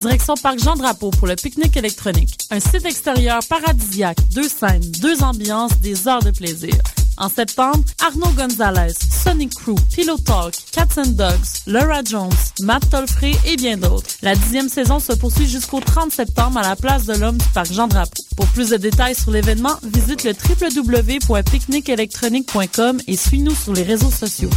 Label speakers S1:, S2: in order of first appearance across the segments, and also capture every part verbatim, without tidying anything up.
S1: direction Parc Jean-Drapeau pour le pique-nique électronique. Un site extérieur paradisiaque, deux scènes, deux ambiances, des heures de plaisir. En septembre, Arnaud Gonzalez, Sonic Crew, Pillow Talk, Cats and Dogs, Laura Jones, Matt Tolfré et bien d'autres. La dixième saison se poursuit jusqu'au trente septembre à la Place de l'Homme du Parc Jean-Drapeau. Pour plus de détails sur l'événement, visite le w w w point pique-nique électronique point com et suis-nous sur les réseaux sociaux.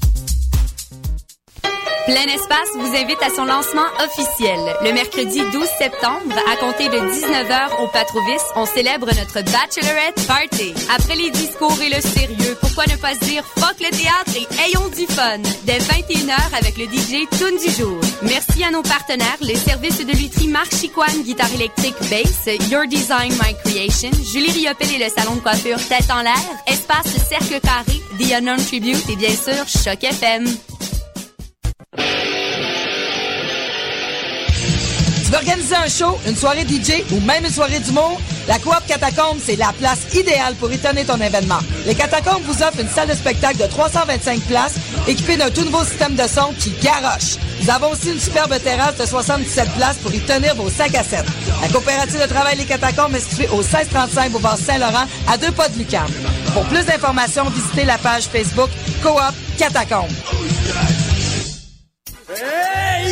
S2: Plein Espace vous invite à son lancement officiel. Le mercredi douze septembre, à compter de dix-neuf heures au Patrovis, on célèbre notre Bachelorette Party. Après les discours et le sérieux, pourquoi ne pas se dire fuck le théâtre et ayons du fun? Dès vingt et une heures avec le D J Tune du jour. Merci à nos partenaires, les services de lutherie Marc Chicoine, guitare électrique bass, Your Design My Creation, Julie Riopel et le salon de coiffure Tête en l'air, Espace Cercle Carré, The Unknown Tribute et bien sûr Choc F M.
S3: Tu veux organiser un show, une soirée D J ou même une soirée d'humour? La Coop Catacombes, c'est la place idéale pour étonner ton événement. Les Catacombes vous offrent une salle de spectacle de trois cent vingt-cinq places équipée d'un tout nouveau système de son qui garoche. Nous avons aussi une superbe terrasse de soixante-dix-sept places pour y tenir vos cinq à sept. La coopérative de travail Les Catacombes est située au seize trente-cinq boulevard Saint-Laurent, à deux pas de L'U Q A M. Pour plus d'informations, visitez la page Facebook Coop Catacombes.
S4: Hey!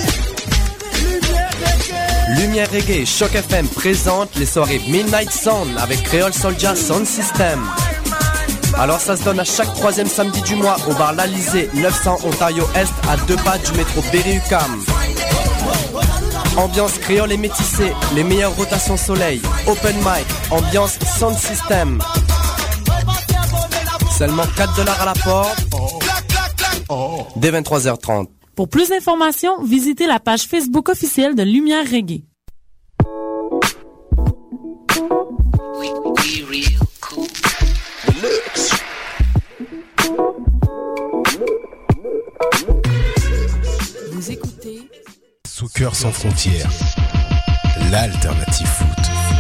S5: Lumière Reggae, Choc F M présente les soirées Midnight Sound avec Creole Soldier Sound System. Alors ça se donne à chaque troisième samedi du mois au bar l'Alizé, neuf cents Ontario Est, à deux pas du métro Berry-U Q A M. Ambiance créole et métissée, les meilleures rotations soleil, open mic, ambiance sound system. Seulement quatre dollars à la porte, dès vingt-trois heures trente.
S1: Pour plus d'informations, visitez la page Facebook officielle de Lumière Reggae.
S6: Vous écoutez Soccer sans frontières, l'alternative foot.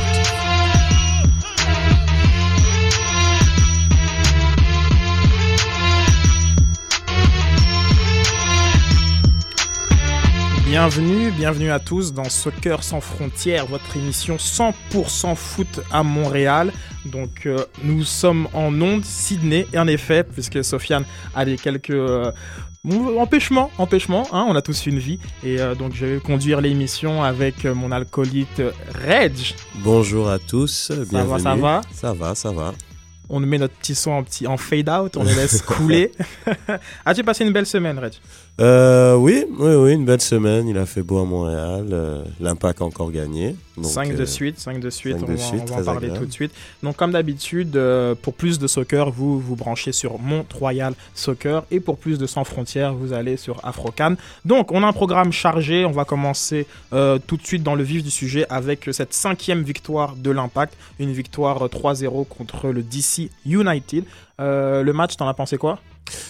S7: Bienvenue, bienvenue à tous dans Soccer sans frontières, votre émission cent pour cent foot à Montréal. Donc euh, nous sommes en ondes Sydney, et en effet, puisque Sofiane a des quelques euh, empêchements, empêchements hein, on a tous une vie. Et euh, donc je vais conduire l'émission avec euh, mon acolyte Reg.
S8: Bonjour à tous, bienvenue.
S7: Ça va, ça va
S8: Ça va, ça va.
S7: On met notre petit son en, petit, en fade out, on les laisse couler. As-tu passé une belle semaine, Reg?
S8: Euh, oui, oui, oui, une belle semaine. Il a fait beau à Montréal. Euh, L'Impact a encore gagné.
S7: cinq de suite, cinq de suite.
S8: cinq
S7: on
S8: de
S7: va,
S8: suite,
S7: on va en
S8: très
S7: parler
S8: agréable.
S7: tout de suite. Donc, comme d'habitude, euh, pour plus de soccer, vous vous branchez sur Mont-Royal Soccer. Et pour plus de Sans Frontières, vous allez sur Afrocan. Donc, on a un programme chargé. On va commencer euh, tout de suite dans le vif du sujet avec cette cinquième victoire de l'Impact. Une victoire trois zéro contre le D C United. Euh, le match, t'en as pensé quoi ?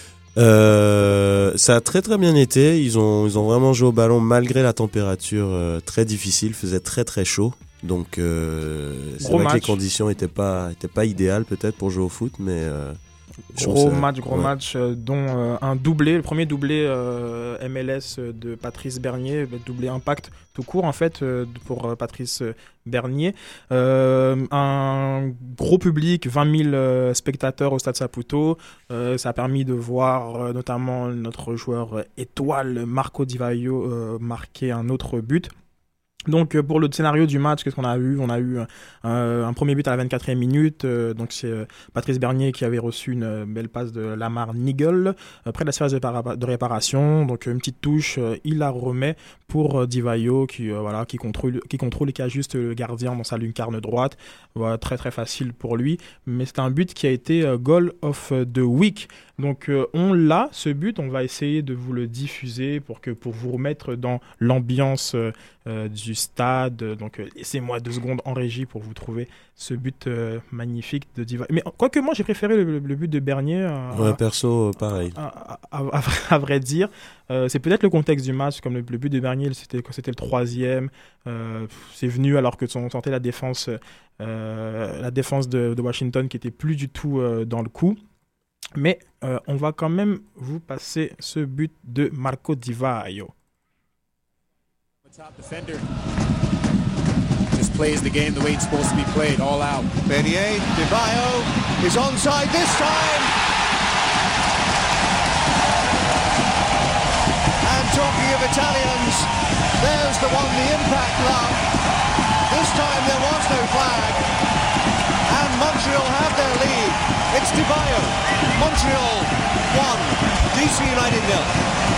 S8: Euh, ça a très très bien été. Ils ont ils ont vraiment joué au ballon malgré la température euh, très difficile. Il faisait très très chaud. Donc euh, c'est
S7: Gros
S8: vrai
S7: match.
S8: que les conditions étaient pas étaient pas idéales peut-être pour jouer au foot, mais euh, je trouve
S7: Gros
S8: ça-
S7: match, gros
S8: ouais.
S7: match, euh, dont euh, un doublé, le premier doublé euh, M L S de Patrice Bernier, bah, doublé Impact tout court en fait euh, pour euh, Patrice Bernier. Euh, un gros public, vingt mille euh, spectateurs au Stade Saputo. Euh, ça a permis de voir euh, notamment notre joueur euh, étoile Marco Di Vaio euh, marquer un autre but. Donc euh, pour le scénario du match, qu'est-ce qu'on a eu? On a eu euh, un premier but à la vingt-quatrième minute, euh, donc c'est euh, Patrice Bernier qui avait reçu une euh, belle passe de Lamar Nigel euh, près de la surface de, para- de réparation, donc euh, une petite touche, euh, il la remet pour euh, Di Vaio qui euh, voilà qui contrôle qui contrôle et qui ajuste le gardien dans sa lucarne droite. Voilà, très très facile pour lui, mais c'est un but qui a été euh, goal of the week. Donc euh, on l'a, ce but, on va essayer de vous le diffuser pour que pour vous remettre dans l'ambiance euh, euh, du stade. Donc euh, laissez-moi deux secondes en régie pour vous trouver ce but euh, magnifique de Di Vaio. Mais quoique moi j'ai préféré le, le but de Bernier. Euh,
S8: Ouais, perso, euh, pareil.
S7: À, à, à, à vrai dire, euh, c'est peut-être le contexte du match, comme le, le but de Bernier, c'était c'était le troisième. Euh, c'est venu alors que on sentait la défense, euh, la défense de, de Washington qui était plus du tout euh, dans le coup. Mais euh, on va quand même vous passer ce but de Marco Di Vaio.
S4: Just plays the game the way it's supposed to be played, all out.
S9: Bernier, Di Vaio is onside this time. And talking of Italians, there's the one the Impact love. This time there was no flag. And Montreal have their lead. It's Di Vaio. Montreal one, D C United nil.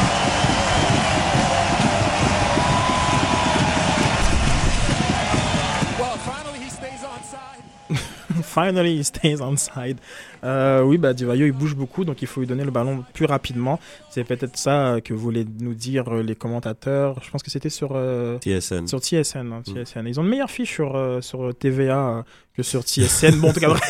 S7: Finally, he stays onside. Euh, oui, bah, Di Vaio, il bouge beaucoup, donc il faut lui donner le ballon plus rapidement. C'est peut-être ça que voulaient nous dire les commentateurs. Je pense que c'était sur euh,
S8: T S N.
S7: Sur T S N, hein, T S N. Mm. Ils ont une meilleure fiche sur, euh, sur T V A euh, que sur T S N. Bon, en tout cas,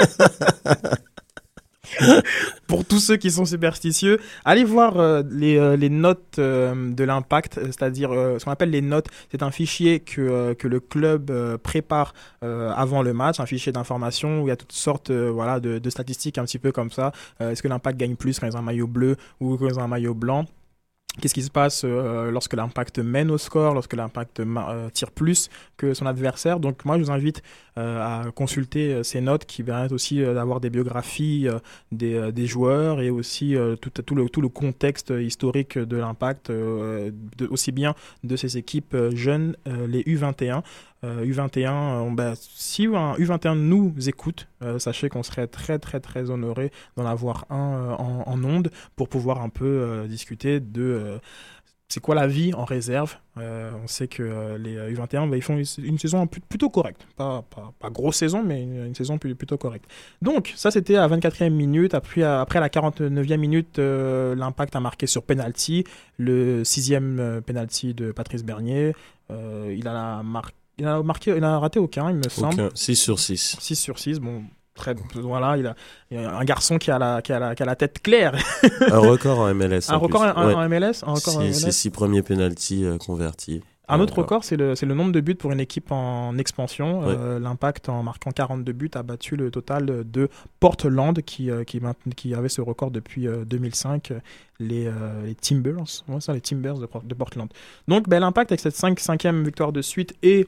S7: pour tous ceux qui sont superstitieux, allez voir euh, les, euh, les notes euh, de l'Impact, c'est-à-dire euh, ce qu'on appelle les notes. C'est un fichier que, euh, que le club euh, prépare euh, avant le match, un fichier d'information où il y a toutes sortes euh, voilà, de, de statistiques un petit peu comme ça. Euh, est-ce que l'Impact gagne plus quand ils ont un maillot bleu ou quand ils ont un maillot blanc? Qu'est-ce qui se passe euh, lorsque l'Impact mène au score, lorsque l'Impact euh, tire plus que son adversaire? Donc moi, je vous invite euh, à consulter euh, ces notes qui permettent aussi euh, d'avoir des biographies euh, des, euh, des joueurs et aussi euh, tout, tout, le, tout le contexte historique de l'Impact, euh, de, aussi bien de ces équipes euh, jeunes, euh, les U vingt et un. Euh, U vingt et un, euh, bah, si un U vingt et un nous écoute, euh, sachez qu'on serait très très très honoré d'en avoir un euh, en, en ondes pour pouvoir un peu euh, discuter de euh, c'est quoi la vie en réserve. Euh, on sait que euh, les U vingt et un bah, ils font une, une saison plutôt correcte, pas, pas, pas grosse saison mais une, une saison plutôt correcte. Donc ça c'était à vingt-quatrième minute, après, après la quarante-neuvième minute euh, l'Impact a marqué sur penalty, le sixième euh, penalty de Patrice Bernier, euh, il a marqué Il a marqué, il a raté aucun, il me semble.
S8: Aucun. six sur six.
S7: six sur six, bon, très, voilà, il a, il a un garçon qui a la, qui a la, qui a la tête claire.
S8: Un record en M L S.
S7: Un
S8: en
S7: record
S8: plus.
S7: en,
S8: ouais.
S7: en M L S, un record
S8: six,
S7: en M L S.
S8: C'est six premiers penalties euh, convertis.
S7: Un autre record, c'est le, c'est le nombre de buts pour une équipe en expansion.
S8: Ouais.
S7: Euh, L'Impact, en marquant quarante-deux buts, a battu le total de Portland, qui, euh, qui, qui avait ce record depuis euh, deux mille cinq, les, euh, les Timbers, ouais, ça, les Timbers de, de Portland. Donc, ben, l'Impact, avec cette cinq, cinquième victoire de suite et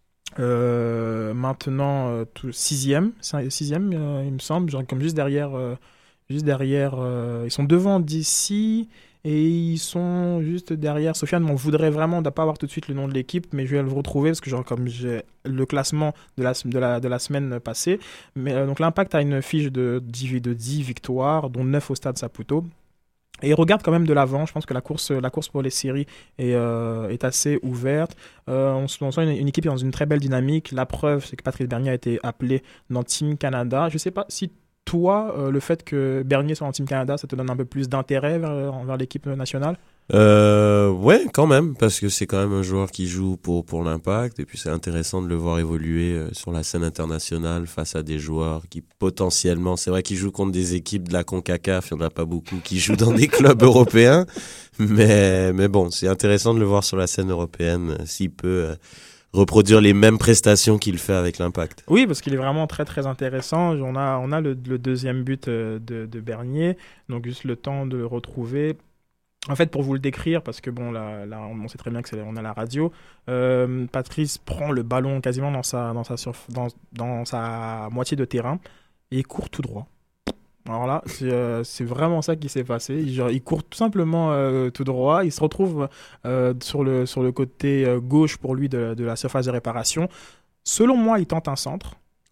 S7: Euh, maintenant euh, tout, sixième, sixième euh, il me semble, genre, comme juste derrière, euh, juste derrière euh, ils sont devant D C et ils sont juste derrière. Sofiane m'en voudrait vraiment de ne pas avoir tout de suite le nom de l'équipe, mais je vais le retrouver parce que genre, comme j'ai le classement de la, de la, de la semaine passée. Mais, euh, donc l'Impact a une fiche de dix, de dix victoires, dont neuf au Stade Saputo. Et il regarde quand même de l'avant. Je pense que la course, la course pour les séries est, euh, est assez ouverte. Euh, on, on sent une, une équipe dans une très belle dynamique. La preuve, c'est que Patrice Bernier a été appelé dans Team Canada. Je ne sais pas si toi, euh, le fait que Bernier soit en Team Canada, ça te donne un peu plus d'intérêt vers, envers l'équipe nationale?
S8: Euh, ouais, quand même, parce que c'est quand même un joueur qui joue pour, pour l'Impact, et puis c'est intéressant de le voir évoluer euh, sur la scène internationale face à des joueurs qui potentiellement, c'est vrai qu'ils jouent contre des équipes de la CONCACAF, il n'y en a pas beaucoup qui jouent dans des clubs européens, mais, mais bon, c'est intéressant de le voir sur la scène européenne, euh, s'il peut euh, reproduire les mêmes prestations qu'il fait avec l'Impact.
S7: Oui, parce qu'il est vraiment très très intéressant. On a, on a le, le deuxième but euh, de, de Bernier, donc juste le temps de le retrouver. En fait, pour vous le décrire, parce que bon, là, là on sait très bien que c'est, on a la radio, euh, Patrice prend le ballon quasiment dans sa, dans, sa surf, dans, dans sa moitié de terrain et il court tout droit. Alors là, c'est, euh, c'est vraiment ça qui s'est passé. Il, genre, il court tout simplement euh, tout droit. Il se retrouve euh, sur, le, sur le côté euh, gauche pour lui de, de la surface de réparation. Selon moi, il tente un centre.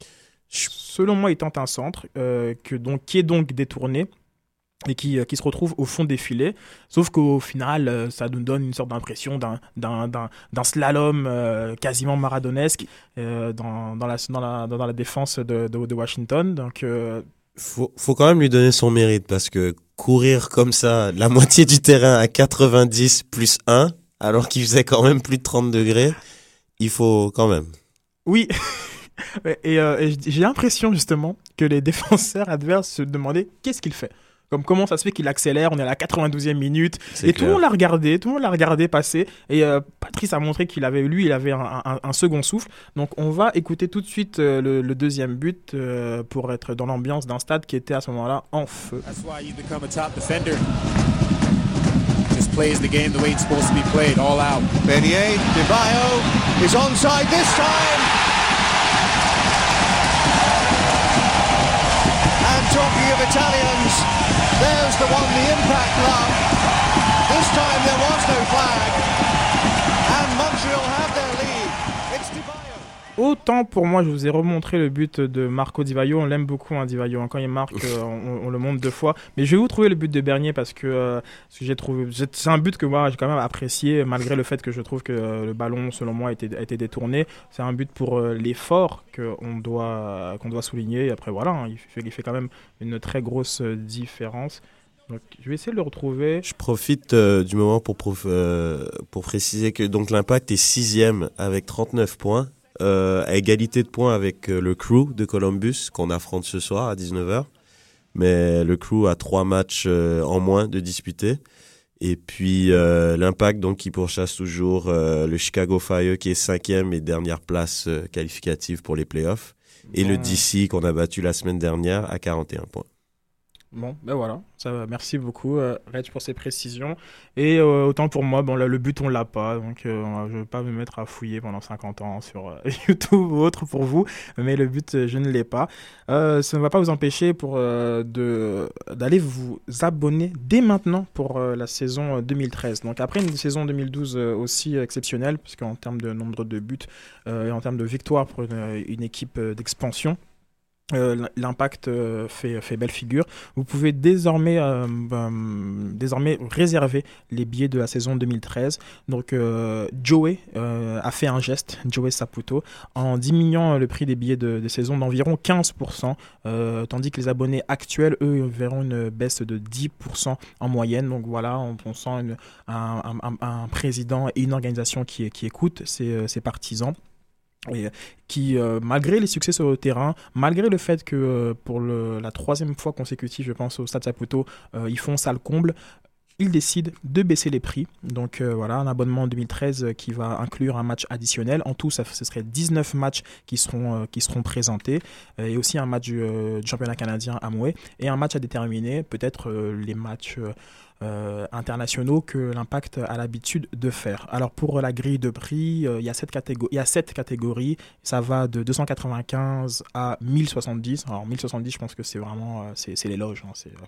S7: Selon moi, il tente un centre euh, que, donc, qui est donc détourné et qui, euh, qui se retrouve au fond des filets. Sauf qu'au final, euh, ça nous donne une sorte d'impression d'un, d'un, d'un, d'un slalom euh, quasiment maradonesque euh, dans, dans, la, dans, la, dans la défense de, de, de Washington. Donc... Euh,
S8: Faut, faut quand même lui donner son mérite parce que courir comme ça, la moitié du terrain à quatre-vingt-dix plus un, alors qu'il faisait quand même plus de trente degrés, il faut quand même.
S7: Oui, et, euh, et j'ai l'impression justement que les défenseurs adverses se demandaient qu'est-ce qu'il fait. Comme comment ça se fait qu'il accélère, on est à la quatre-vingt-douzième minute, c'est et clair. Tout le monde l'a regardé, tout le monde l'a regardé passer, et euh, Patrice a montré qu'il avait, lui, il avait un, un, un second souffle. Donc on va écouter tout de suite euh, le, le deuxième but euh, pour être dans l'ambiance d'un stade qui était à ce moment-là en feu.
S4: plays the game the way it's supposed to be played, all out.
S9: Bernier, Di Vaio is onside this time. And talking of Italians, there's the one the Impact love. This time there was no flag. And Montreal have their lead. It's Di Vaio.
S7: Autant pour moi, je vous ai remontré le but de Marco Di Vaio. On l'aime beaucoup, hein, Di Vaio. Quand il marque, euh, on, on le montre deux fois. Mais je vais vous trouver le but de Bernier parce que, euh, parce que j'ai trouvé. C'est un but que moi j'ai quand même apprécié, malgré le fait que je trouve que euh, le ballon, selon moi, a été, a été détourné. C'est un but pour euh, l'effort qu'on doit, qu'on doit souligner. Et après, voilà, hein, il, fait, il fait quand même une très grosse différence. Donc, je vais essayer de le retrouver.
S8: Je profite euh, du moment pour, prof, euh, pour préciser que donc, l'Impact est sixième avec trente-neuf points. Euh, à égalité de points avec euh, le Crew de Columbus qu'on affronte ce soir à dix-neuf heures, mais le Crew a trois matchs euh, en moins de disputés, et puis euh, l'Impact donc qui pourchasse toujours euh, le Chicago Fire qui est cinquième et dernière place euh, qualificative pour les playoffs, et bon. Le D C qu'on a battu la semaine dernière à quarante et un points.
S7: Bon, ben voilà, ça va. Merci beaucoup, euh, Reg, pour ces précisions. Et euh, autant pour moi, bon, là, le but, on l'a pas, donc euh, je ne vais pas me mettre à fouiller pendant cinquante ans sur euh, YouTube ou autre pour vous, mais le but, je ne l'ai pas. Euh, ça ne va pas vous empêcher pour, euh, de, d'aller vous abonner dès maintenant pour euh, la saison deux mille treize. Donc après une saison deux mille douze euh, aussi exceptionnelle, puisqu'en termes de nombre de buts euh, et en termes de victoires pour une, une équipe d'expansion, Euh, l'Impact euh, fait, fait belle figure. Vous pouvez désormais, euh, euh, désormais réserver les billets de la saison deux mille treize. Donc euh, Joey euh, a fait un geste, Joey Saputo, en diminuant le prix des billets de, de saison d'environ quinze pour cent, euh, tandis que les abonnés actuels, eux, verront une baisse de dix pour cent en moyenne. Donc voilà, on, on sent une, un, un, un président et une organisation qui, qui écoute ses, ses partisans. Et qui, euh, malgré les succès sur le terrain, malgré le fait que euh, pour le, la troisième fois consécutive, je pense au Stade Saputo, euh, ils font salle comble, ils décident de baisser les prix. Donc euh, voilà, un abonnement en deux mille treize qui va inclure un match additionnel. En tout, ça, ce serait dix-neuf matchs qui seront, euh, qui seront présentés, euh, et aussi un match du, euh, du championnat canadien à Mouet, et un match à déterminer, peut-être euh, les matchs Euh, Euh, internationaux que l'Impact a l'habitude de faire. Alors pour la grille de prix, euh, il y a sept catégories, il y a sept catégories, ça va de deux cent quatre-vingt-quinze à mille soixante-dix. Alors mille soixante-dix, je pense que c'est vraiment euh, c'est, c'est l'éloge, hein, c'est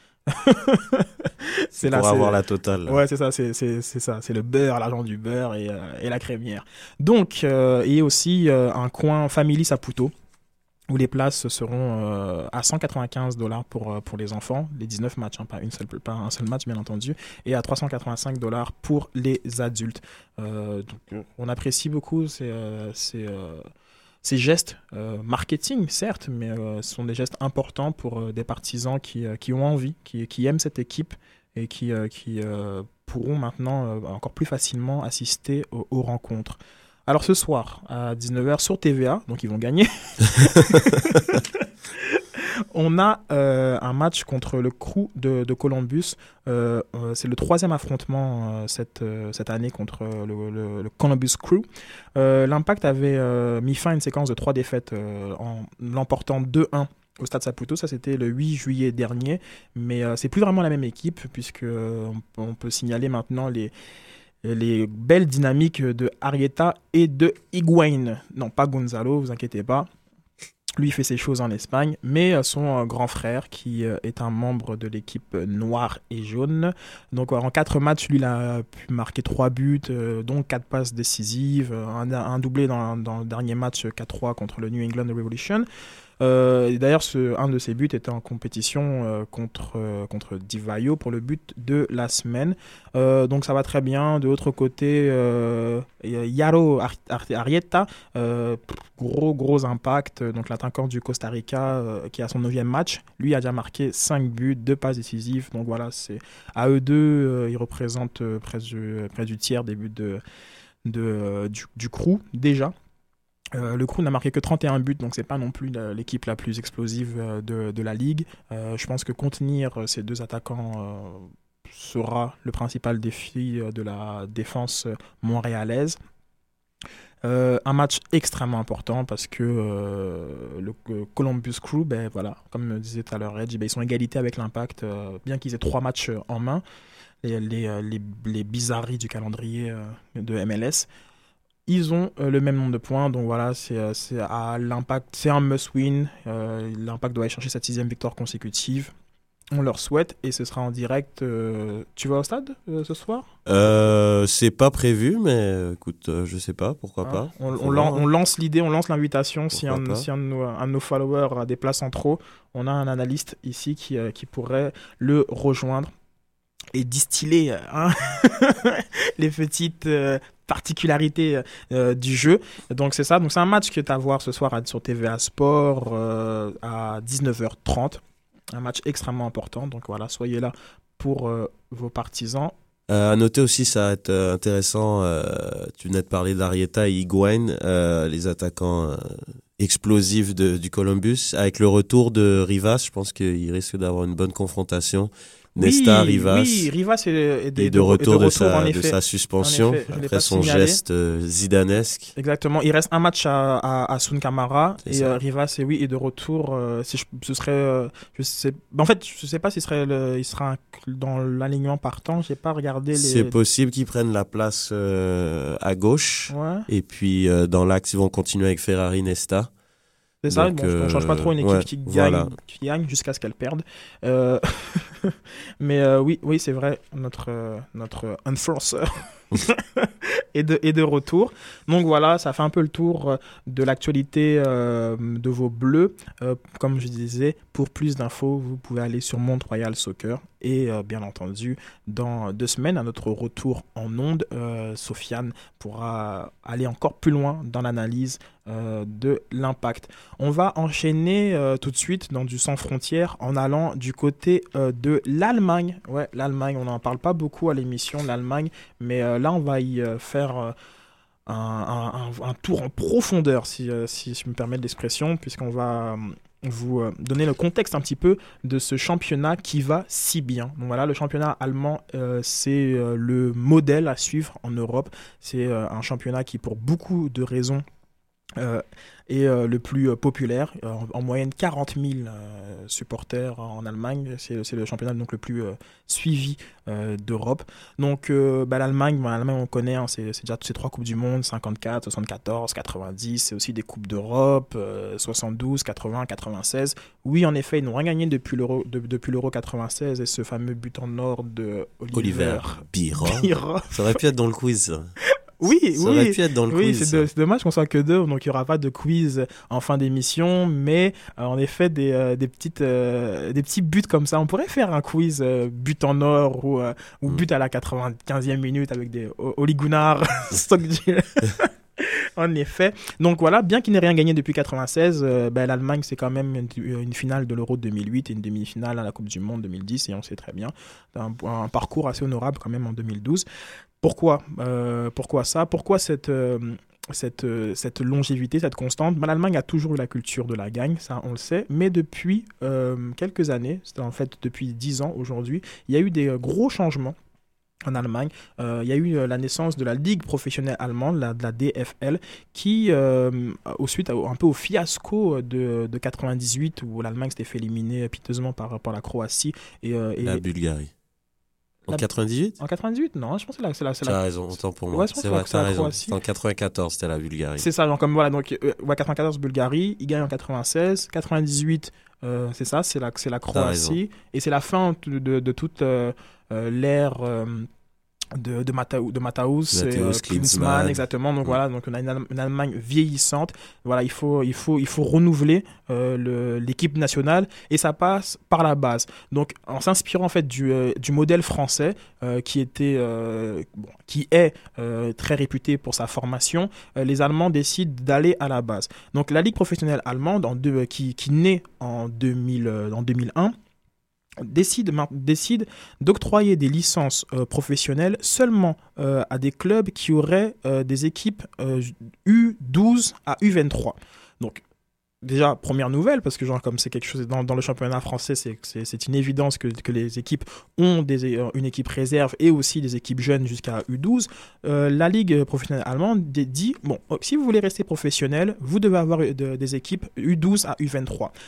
S8: c'est là, pour c'est... avoir la totale.
S7: Ouais, c'est ça, c'est, c'est, c'est ça, c'est le beurre, l'argent du beurre et, euh, et la crémière. Donc, euh, et aussi euh, un coin Family Saputo, où les places seront euh, à cent quatre-vingt-quinze dollars pour, pour les enfants, les dix-neuf matchs, hein, pas, une seule, pas un seul match bien entendu, et à trois cent quatre-vingt-cinq dollars pour les adultes. Euh, donc, on apprécie beaucoup ces, euh, ces, euh, ces gestes euh, marketing, certes, mais euh, ce sont des gestes importants pour euh, des partisans qui, euh, qui ont envie, qui, qui aiment cette équipe et qui, euh, qui euh, pourront maintenant euh, encore plus facilement assister aux, aux rencontres. Alors ce soir, à dix-neuf heures sur T V A, donc ils vont gagner, on a euh, un match contre le Crew de, de Columbus. Euh, euh, c'est le troisième affrontement euh, cette, euh, cette année contre le, le, le Columbus Crew. Euh, L'Impact avait euh, mis fin à une séquence de trois défaites euh, en l'emportant deux un au Stade Saputo. Ça, c'était le huit juillet dernier. Mais euh, c'est plus vraiment la même équipe, puisque euh, on, on peut signaler maintenant les... les belles dynamiques de Arrieta et de Higuaín. Non, pas Gonzalo, vous inquiétez pas. Lui, il fait ses choses en Espagne, mais son grand frère, qui est un membre de l'équipe noire et jaune. Donc, en quatre matchs, lui, il a pu marquer trois buts, dont quatre passes décisives, un, un doublé dans, dans le dernier match quatre trois contre le New England Revolution. Euh, d'ailleurs, ce, un de ses buts était en compétition euh, contre, euh, contre Di Vaio pour le but de la semaine. Euh, donc ça va très bien. De l'autre côté, euh, Yaro Arrieta, euh, gros gros impact. Donc l'attaquant du Costa Rica euh, qui a son neuvième match. Lui a déjà marqué cinq buts, deux passes décisives. Donc voilà, c'est, à eux deux, euh, ils représentent euh, près, du, près du tiers des buts de, de, euh, du, du Crew déjà. Euh, le Crew n'a marqué que trente et un buts, donc c'est pas non plus la, l'équipe la plus explosive de, de la ligue. Euh, je pense que contenir ces deux attaquants euh, sera le principal défi de la défense montréalaise. Euh, un match extrêmement important parce que euh, le euh, Columbus Crew, ben voilà, comme disait tout à l'heure Reg, ben, ils sont égalité avec l'Impact, euh, bien qu'ils aient trois matchs en main. les, les, les, les bizarreries du calendrier euh, de M L S. Ils ont euh, le même nombre de points, donc voilà, c'est, euh, c'est à l'impact, c'est un must-win. Euh, l'impact doit aller chercher cette sixième victoire consécutive. On leur souhaite et ce sera en direct. Euh, tu vas au stade euh, ce soir ?
S8: euh, C'est pas prévu, mais écoute, euh, je sais pas, pourquoi
S7: ah,
S8: pas.
S7: On, on, lan- on lance l'idée, on lance l'invitation. Si, un, si un, de nos, un de nos followers a des places en trop, on a un analyste ici qui, euh, qui pourrait le rejoindre et distiller hein, les petites euh, particularités euh, du jeu. Donc c'est ça. Donc c'est un match que tu as à voir ce soir sur T V A Sport euh, à dix-neuf heures trente. Un match extrêmement important, donc voilà, soyez là pour euh, vos partisans.
S8: Euh, à noter aussi, ça va être euh, intéressant, euh, tu venais de parler d'Arrieta et Higuaín, euh, les attaquants euh, explosifs de, du Columbus. Avec le retour de Rivas, je pense qu'il risque d'avoir une bonne confrontation. Nesta,
S7: oui,
S8: Rivas,
S7: oui, Rivas est, est,
S8: est, de, de, retour, de, retour,
S7: de,
S8: sa,
S7: effet,
S8: de sa suspension, après son
S7: signalé.
S8: geste euh, zidanesque.
S7: Exactement, il reste un match à, à, à Sun Camara
S8: c'est
S7: et euh, Rivas est, oui, est de retour. Euh, si je, ce serait, euh, je sais, en fait, je ne sais pas s'il serait le, il sera dans l'alignement partant, je n'ai pas regardé les...
S8: C'est possible qu'ils prennent la place euh, à gauche,
S7: ouais.
S8: Et puis euh, dans l'axe, ils vont continuer avec Ferrari, Nesta.
S7: C'est ça,
S8: donc,
S7: bon,
S8: euh,
S7: on ne change pas trop une équipe
S8: ouais,
S7: qui, gagne,
S8: voilà.
S7: qui gagne jusqu'à ce qu'elle perde. Euh, mais euh, oui, oui, c'est vrai, notre, euh, notre enforcer est, de, est de retour. Donc voilà, ça fait un peu le tour de l'actualité euh, de vos Bleus. Euh, comme je disais, pour plus d'infos, vous pouvez aller sur Mont Royal Soccer. Et euh, bien entendu, dans deux semaines, à notre retour en ondes, euh, Sofiane pourra aller encore plus loin dans l'analyse euh, de l'impact. On va enchaîner euh, tout de suite dans du sans frontières en allant du côté euh, de l'Allemagne. Ouais, l'Allemagne, on n'en parle pas beaucoup à l'émission, l'Allemagne, mais euh, là, on va y euh, faire... Euh, Un, un, un tour en profondeur, si, euh, si je me permets l'expression, puisqu'on va euh, vous euh, donner le contexte un petit peu de ce championnat qui va si bien. Donc voilà, le championnat allemand, euh, c'est euh, le modèle à suivre en Europe. C'est euh, un championnat qui, pour beaucoup de raisons, Euh, est euh, le plus euh, populaire, euh, en, en moyenne quarante mille euh, supporters en Allemagne, c'est, c'est le championnat donc le plus euh, suivi euh, d'Europe. Donc euh, bah, l'Allemagne, bah, l'Allemagne on connaît, hein, c'est, c'est déjà ces trois coupes du monde, cinquante-quatre, soixante-quatorze, quatre-vingt-dix, c'est aussi des coupes d'Europe, euh, soixante-douze, quatre-vingts, quatre-vingt-seize. Oui, en effet, ils n'ont rien gagné depuis l'Euro, de, depuis l'Euro quatre-vingt-seize et ce fameux but en or de Oliver,
S8: Oliver Bierhoff.
S7: Bierhoff.
S8: Ça aurait pu être dans le quiz.
S7: Oui,
S8: ça
S7: oui,
S8: aurait pu être dans le
S7: oui,
S8: quiz.
S7: c'est, de, c'est dommage qu'on soit que deux, donc il n'y aura pas de quiz en fin d'émission, mais euh, en effet, des, euh, des, petites, euh, des petits buts comme ça. On pourrait faire un quiz euh, but en or ou, euh, ou mm. but à la quatre-vingt-quinzième minute avec des Oli Gunnar, en effet. Donc voilà, bien qu'il n'ait rien gagné depuis quatre-vingt-seize, euh, ben, l'Allemagne, c'est quand même une, une finale de l'Euro deux mille huit et une demi-finale à la Coupe du Monde deux mille dix, et on sait très bien. Un, un parcours assez honorable quand même en deux mille douze. Pourquoi euh, Pourquoi ça Pourquoi cette, euh, cette, euh, cette longévité, cette constante ben, l'Allemagne a toujours eu la culture de la gagne, ça on le sait, mais depuis euh, quelques années, c'est en fait depuis dix ans aujourd'hui, il y a eu des gros changements en Allemagne. Euh, il y a eu euh, la naissance de la Ligue professionnelle allemande, la, de la D F L, qui, euh, au suite à, un peu au fiasco de, de quatre-vingt-dix-huit, où l'Allemagne s'était fait éliminer piteusement par, par la Croatie et, euh, et
S8: la Bulgarie. En
S7: la...
S8: quatre-vingt-dix-huit
S7: En quatre-vingt-dix-huit Non, je pense que c'est la... C'est la, c'est
S8: tu
S7: la...
S8: as raison, autant pour moi.
S7: Ouais,
S8: c'est vrai, tu as raison. C'est en quatre-vingt-quatorze, c'était la Bulgarie.
S7: C'est ça, genre comme voilà, donc euh, ouais, quatre-vingt-quatorze, Bulgarie, il gagne en quatre-vingt-seize, quatre-vingt-dix-huit, euh, c'est ça, c'est la, c'est la Croatie, et c'est la fin de, de, de toute euh, euh, l'ère... Euh, de, de, Matthäus, de Matthäus et euh, Klinsmann, exactement. Donc, mmh. voilà, donc on a une, une Allemagne vieillissante. Voilà, il faut, il faut, il faut renouveler euh, le, l'équipe nationale et ça passe par la base. Donc, en s'inspirant en fait du, euh, du modèle français euh, qui était, euh, bon, qui est euh, très réputé pour sa formation, euh, les Allemands décident d'aller à la base. Donc, la Ligue professionnelle allemande, en deux, qui, qui naît en, deux mille, euh, en deux mille un, Décide, décide d'octroyer des licences euh, professionnelles seulement euh, à des clubs qui auraient euh, des équipes euh, U douze à U vingt-trois. Donc, déjà, première nouvelle, parce que genre, comme c'est quelque chose dans, dans le championnat français, c'est, c'est, c'est une évidence que, que les équipes ont des, euh, une équipe réserve et aussi des équipes jeunes jusqu'à U douze. Euh, la Ligue professionnelle allemande dit, bon, si vous voulez rester professionnel, vous devez avoir de, des équipes U douze à U vingt-trois.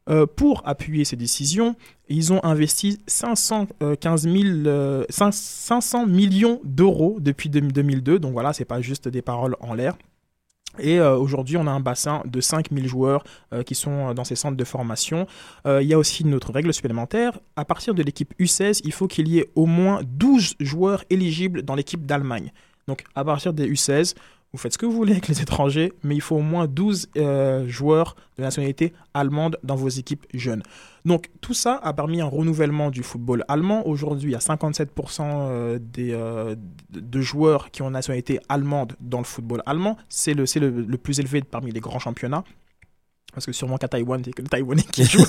S7: Euh, pour appuyer ces décisions, ils ont investi cinq cent quinze mille, euh, cinq cents millions d'euros depuis deux mille deux. Donc voilà, c'est pas juste des paroles en l'air. Et euh, aujourd'hui, on a un bassin de cinq mille joueurs euh, qui sont dans ces centres de formation. Euh, il y a aussi une autre règle supplémentaire. À partir de l'équipe U seize, il faut qu'il y ait au moins douze joueurs éligibles dans l'équipe d'Allemagne. Donc à partir des U seize, vous faites ce que vous voulez avec les étrangers, mais il faut au moins douze euh, joueurs de nationalité allemande dans vos équipes jeunes. Donc tout ça a permis un renouvellement du football allemand. Aujourd'hui, il y a cinquante-sept pour cent des, euh, de joueurs qui ont nationalité allemande dans le football allemand. C'est le, c'est le, le plus élevé parmi les grands championnats. Parce que sûrement qu'à Taïwan, c'est que les Taïwanais qui jouent.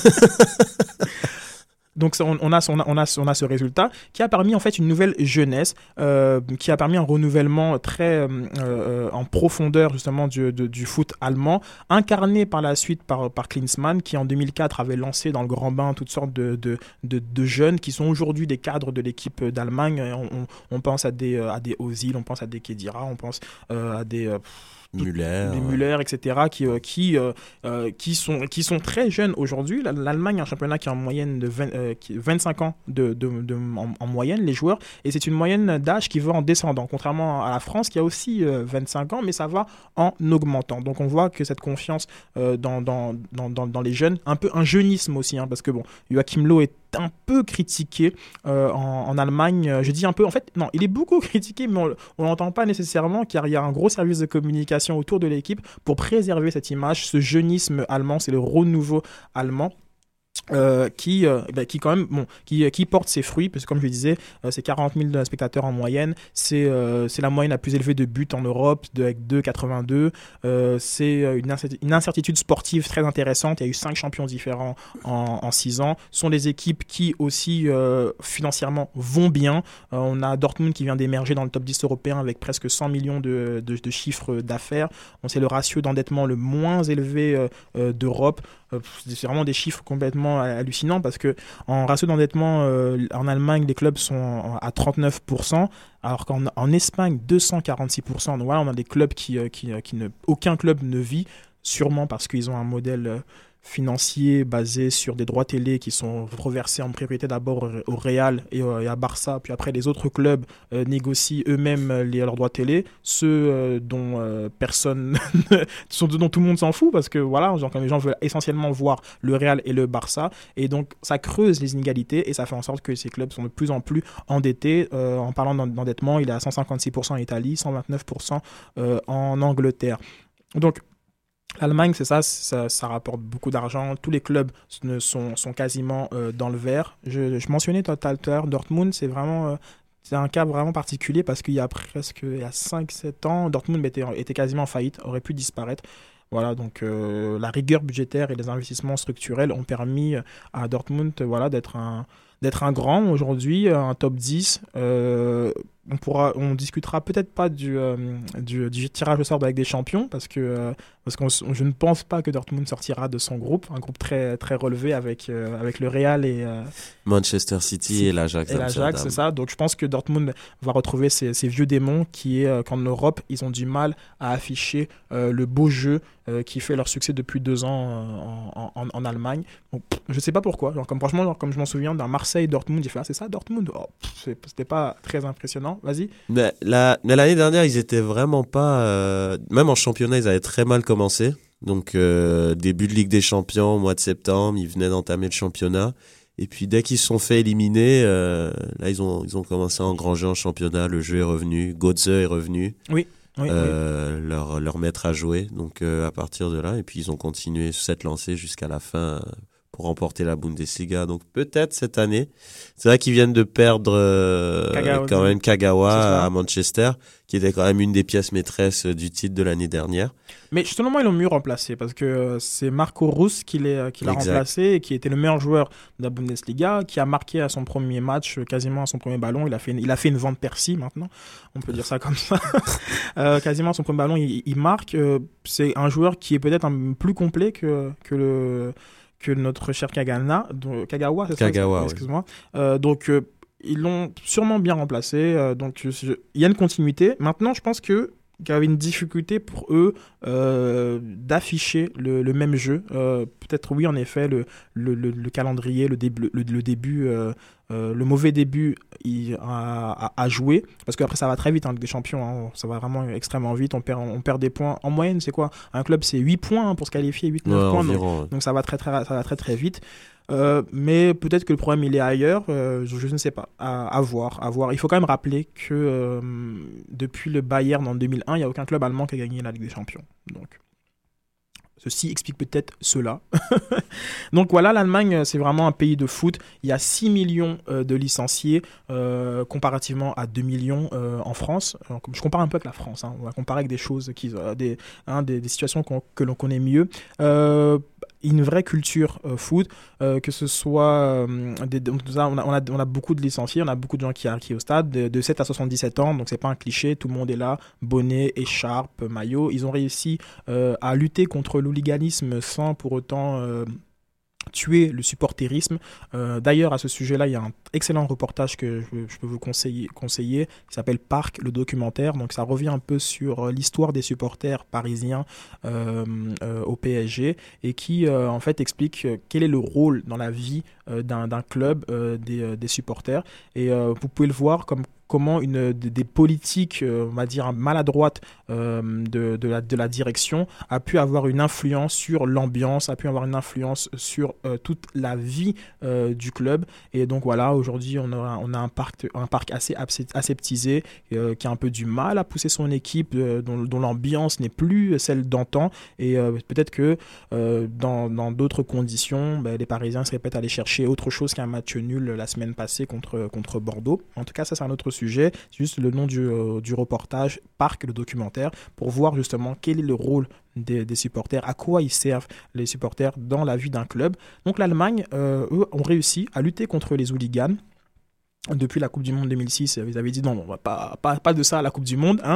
S7: Donc on, on, a, on, a, on, a, on a ce résultat qui a permis en fait une nouvelle jeunesse, euh, qui a permis un renouvellement très euh, en profondeur justement du, de, du foot allemand, incarné par la suite par, par Klinsmann, qui en deux mille quatre avait lancé dans le grand bain toutes sortes de, de, de, de jeunes qui sont aujourd'hui des cadres de l'équipe d'Allemagne. On, on, on pense à des, à des Ozil, on pense à des Khedira, on pense euh, à des... Euh,
S8: Müller,
S7: des Müller, et cetera, qui, euh, qui, euh, euh, qui, sont, qui sont très jeunes aujourd'hui. L'Allemagne a un championnat qui est en moyenne de vingt, euh, qui, vingt-cinq ans de, de, de, en, en moyenne, les joueurs, et c'est une moyenne d'âge qui va en descendant, contrairement à la France qui a aussi euh, vingt-cinq ans, mais ça va en augmentant. Donc on voit que cette confiance euh, dans, dans, dans, dans, dans les jeunes, un peu un jeunisme aussi, hein, parce que bon, Joachim Löw est un peu critiqué euh, en, en Allemagne. Je dis un peu, en fait, non, il est beaucoup critiqué, mais on ne l'entend pas nécessairement, car il y a un gros service de communication autour de l'équipe pour préserver cette image, ce jeunisme allemand, c'est le renouveau allemand. Euh, qui, euh, bah, qui quand même bon, qui, qui porte ses fruits, parce que comme je le disais, euh, c'est quarante mille spectateurs en moyenne, c'est, euh, c'est la moyenne la plus élevée de buts en Europe, de, avec deux virgule quatre-vingt-deux, euh, c'est une, incerti- une incertitude sportive très intéressante, il y a eu cinq champions différents en, en six ans, ce sont des équipes qui aussi euh, financièrement vont bien, euh, on a Dortmund qui vient d'émerger dans le top dix européen avec presque cent millions de, de, de chiffres d'affaires, on sait le ratio d'endettement le moins élevé euh, euh, d'Europe, euh, c'est vraiment des chiffres complètement hallucinant parce que en ratio d'endettement euh, en Allemagne les clubs sont à trente-neuf pour cent alors qu'en en Espagne deux cent quarante-six pour cent. Donc voilà, on a des clubs qui, qui, qui ne aucun club ne vit, sûrement parce qu'ils ont un modèle financier basé sur des droits télé qui sont reversés en priorité d'abord au Real et à Barça, puis après les autres clubs euh, négocient eux-mêmes les, leurs droits télé, ceux euh, dont euh, personne, dont tout le monde s'en fout parce que voilà, genre, quand les gens veulent essentiellement voir le Real et le Barça, et donc ça creuse les inégalités et ça fait en sorte que ces clubs sont de plus en plus endettés. Euh, en parlant d'endettement, il est à cent cinquante-six pour cent en Italie, cent vingt-neuf pour cent euh, en Angleterre. Donc l'Allemagne, c'est ça, ça, ça rapporte beaucoup d'argent. Tous les clubs sont, sont quasiment euh, dans le vert. Je, je mentionnais tout à l'heure, Dortmund, c'est vraiment... Euh, c'est un cas vraiment particulier parce qu'il y a presque il y a cinq sept ans, Dortmund était, était quasiment en faillite, aurait pu disparaître. Voilà, donc euh, la rigueur budgétaire et les investissements structurels ont permis à Dortmund voilà, d'être un... d'être un grand aujourd'hui, un top dix. Euh, on pourra, on discutera peut-être pas du, euh, du, du tirage au sort avec des champions parce que euh, parce qu'on je ne pense pas que Dortmund sortira de son groupe, un groupe très très relevé avec euh, avec le Real et euh,
S8: Manchester City
S7: si,
S8: et l'Ajax.
S7: Et l'Ajax, c'est ça. Donc je pense que Dortmund va retrouver ses, ses vieux démons qui est euh, qu'en Europe ils ont du mal à afficher euh, le beau jeu euh, qui fait leur succès depuis deux ans euh, en, en, en Allemagne. Donc, pff, je sais pas pourquoi. Genre, comme franchement, genre, comme je m'en souviens d'un Marseille Dortmund, j'ai fait ah, c'est ça Dortmund. Oh, pff, c'était pas très impressionnant. Vas-y.
S8: Mais, la, mais l'année dernière, ils étaient vraiment pas... Euh, même en championnat, ils avaient très mal commencé. Donc, euh, début de Ligue des Champions, mois de septembre, ils venaient d'entamer le championnat. Et puis, dès qu'ils se sont fait éliminer, euh, là, ils ont, ils ont commencé à engranger en championnat. Le jeu est revenu. Götze est revenu.
S7: Oui. Oui,
S8: euh,
S7: oui.
S8: Leur, leur maître à jouer. Donc, euh, à partir de là, et puis ils ont continué sur cette lancée jusqu'à la fin... Euh, pour remporter la Bundesliga. Donc peut-être cette année. C'est vrai qu'ils viennent de perdre euh,
S7: Kagawa,
S8: quand même Kagawa à Manchester, qui était quand même une des pièces maîtresses du titre de l'année dernière.
S7: Mais justement, ils l'ont mieux remplacé parce que c'est Marco Reus qui, l'est, qui l'a exact. remplacé et qui était le meilleur joueur de la Bundesliga, qui a marqué à son premier match, quasiment à son premier ballon. Il a fait une, il a fait une Van Persie maintenant, on peut dire ça comme ça. euh, quasiment à son premier ballon, il, il marque. Euh, c'est un joueur qui est peut-être un, plus complet que, que le... que notre cher Kagana, donc, Kagawa, c'est
S8: Kagawa,
S7: ça, excuse-moi. Oui. Euh, donc, euh, ils l'ont sûrement bien remplacé. Euh, donc, je, je, il y a une continuité. Maintenant, je pense que qui avait une difficulté pour eux euh, d'afficher le, le même jeu. Euh, peut-être oui, en effet, le, le, le, le calendrier, le, début, le, le début, euh, euh, le mauvais début il a, a, a joué, parce qu'après ça va très vite, hein, des champions, hein, ça va vraiment extrêmement vite, on perd, on perd des points. En moyenne, c'est quoi ? Un club, c'est huit points hein, pour se qualifier, huit neuf
S8: ouais,
S7: points,
S8: environ,
S7: donc,
S8: ouais.
S7: donc ça va très très, ça va très, très vite. Euh, mais peut-être que le problème il est ailleurs, euh, je, je ne sais pas, à, à voir, à voir. Il faut quand même rappeler que euh, depuis le Bayern en deux mille un, il n'y a aucun club allemand qui a gagné la Ligue des Champions. Donc, ceci explique peut-être cela. Donc voilà, l'Allemagne, c'est vraiment un pays de foot. Il y a six millions euh, de licenciés euh, comparativement à deux millions euh, en France. Alors, je compare un peu avec la France, hein. On va comparer avec des choses, qui, euh, des, hein, des, des situations qu'on, que l'on connaît mieux. Euh, une vraie culture euh, foot, euh, que ce soit... Euh, des, on, a, on, a, on a beaucoup de licenciés, on a beaucoup de gens qui arrivent au stade, de, de sept à soixante-dix-sept ans, donc c'est pas un cliché, tout le monde est là, bonnet, écharpe, maillot. Ils ont réussi euh, à lutter contre l'hooliganisme sans pour autant... Euh, tuer le supporterisme. Euh, d'ailleurs, à ce sujet-là, il y a un excellent reportage que je, je peux vous conseiller, conseiller qui s'appelle Parc, le documentaire. Donc, ça revient un peu sur l'histoire des supporters parisiens euh, euh, au P S G et qui, euh, en fait, explique quel est le rôle dans la vie euh, d'un, d'un club euh, des, des supporters. Et euh, vous pouvez le voir comme comment une, des politiques, euh, on va dire, maladroites euh, de, de, la, de la direction a pu avoir une influence sur l'ambiance, a pu avoir une influence sur euh, toute la vie euh, du club. Et donc voilà, aujourd'hui, on a, on a un parc, un parc assez aseptisé, euh, qui a un peu du mal à pousser son équipe, euh, dont, dont l'ambiance n'est plus celle d'antan. Et euh, peut-être que euh, dans, dans d'autres conditions, ben, les Parisiens seraient peut-être allés chercher autre chose qu'un match nul la semaine passée contre, contre Bordeaux. En tout cas, ça, c'est un autre sujet. C'est juste le nom du, euh, du reportage, Parc, le documentaire, pour voir justement quel est le rôle des, des supporters, à quoi ils servent les supporters dans la vie d'un club. Donc l'Allemagne, euh, eux, ont réussi à lutter contre les hooligans. Depuis la Coupe du Monde deux mille six, ils avaient dit non, on va pas, pas, pas de ça à la Coupe du Monde. Hein.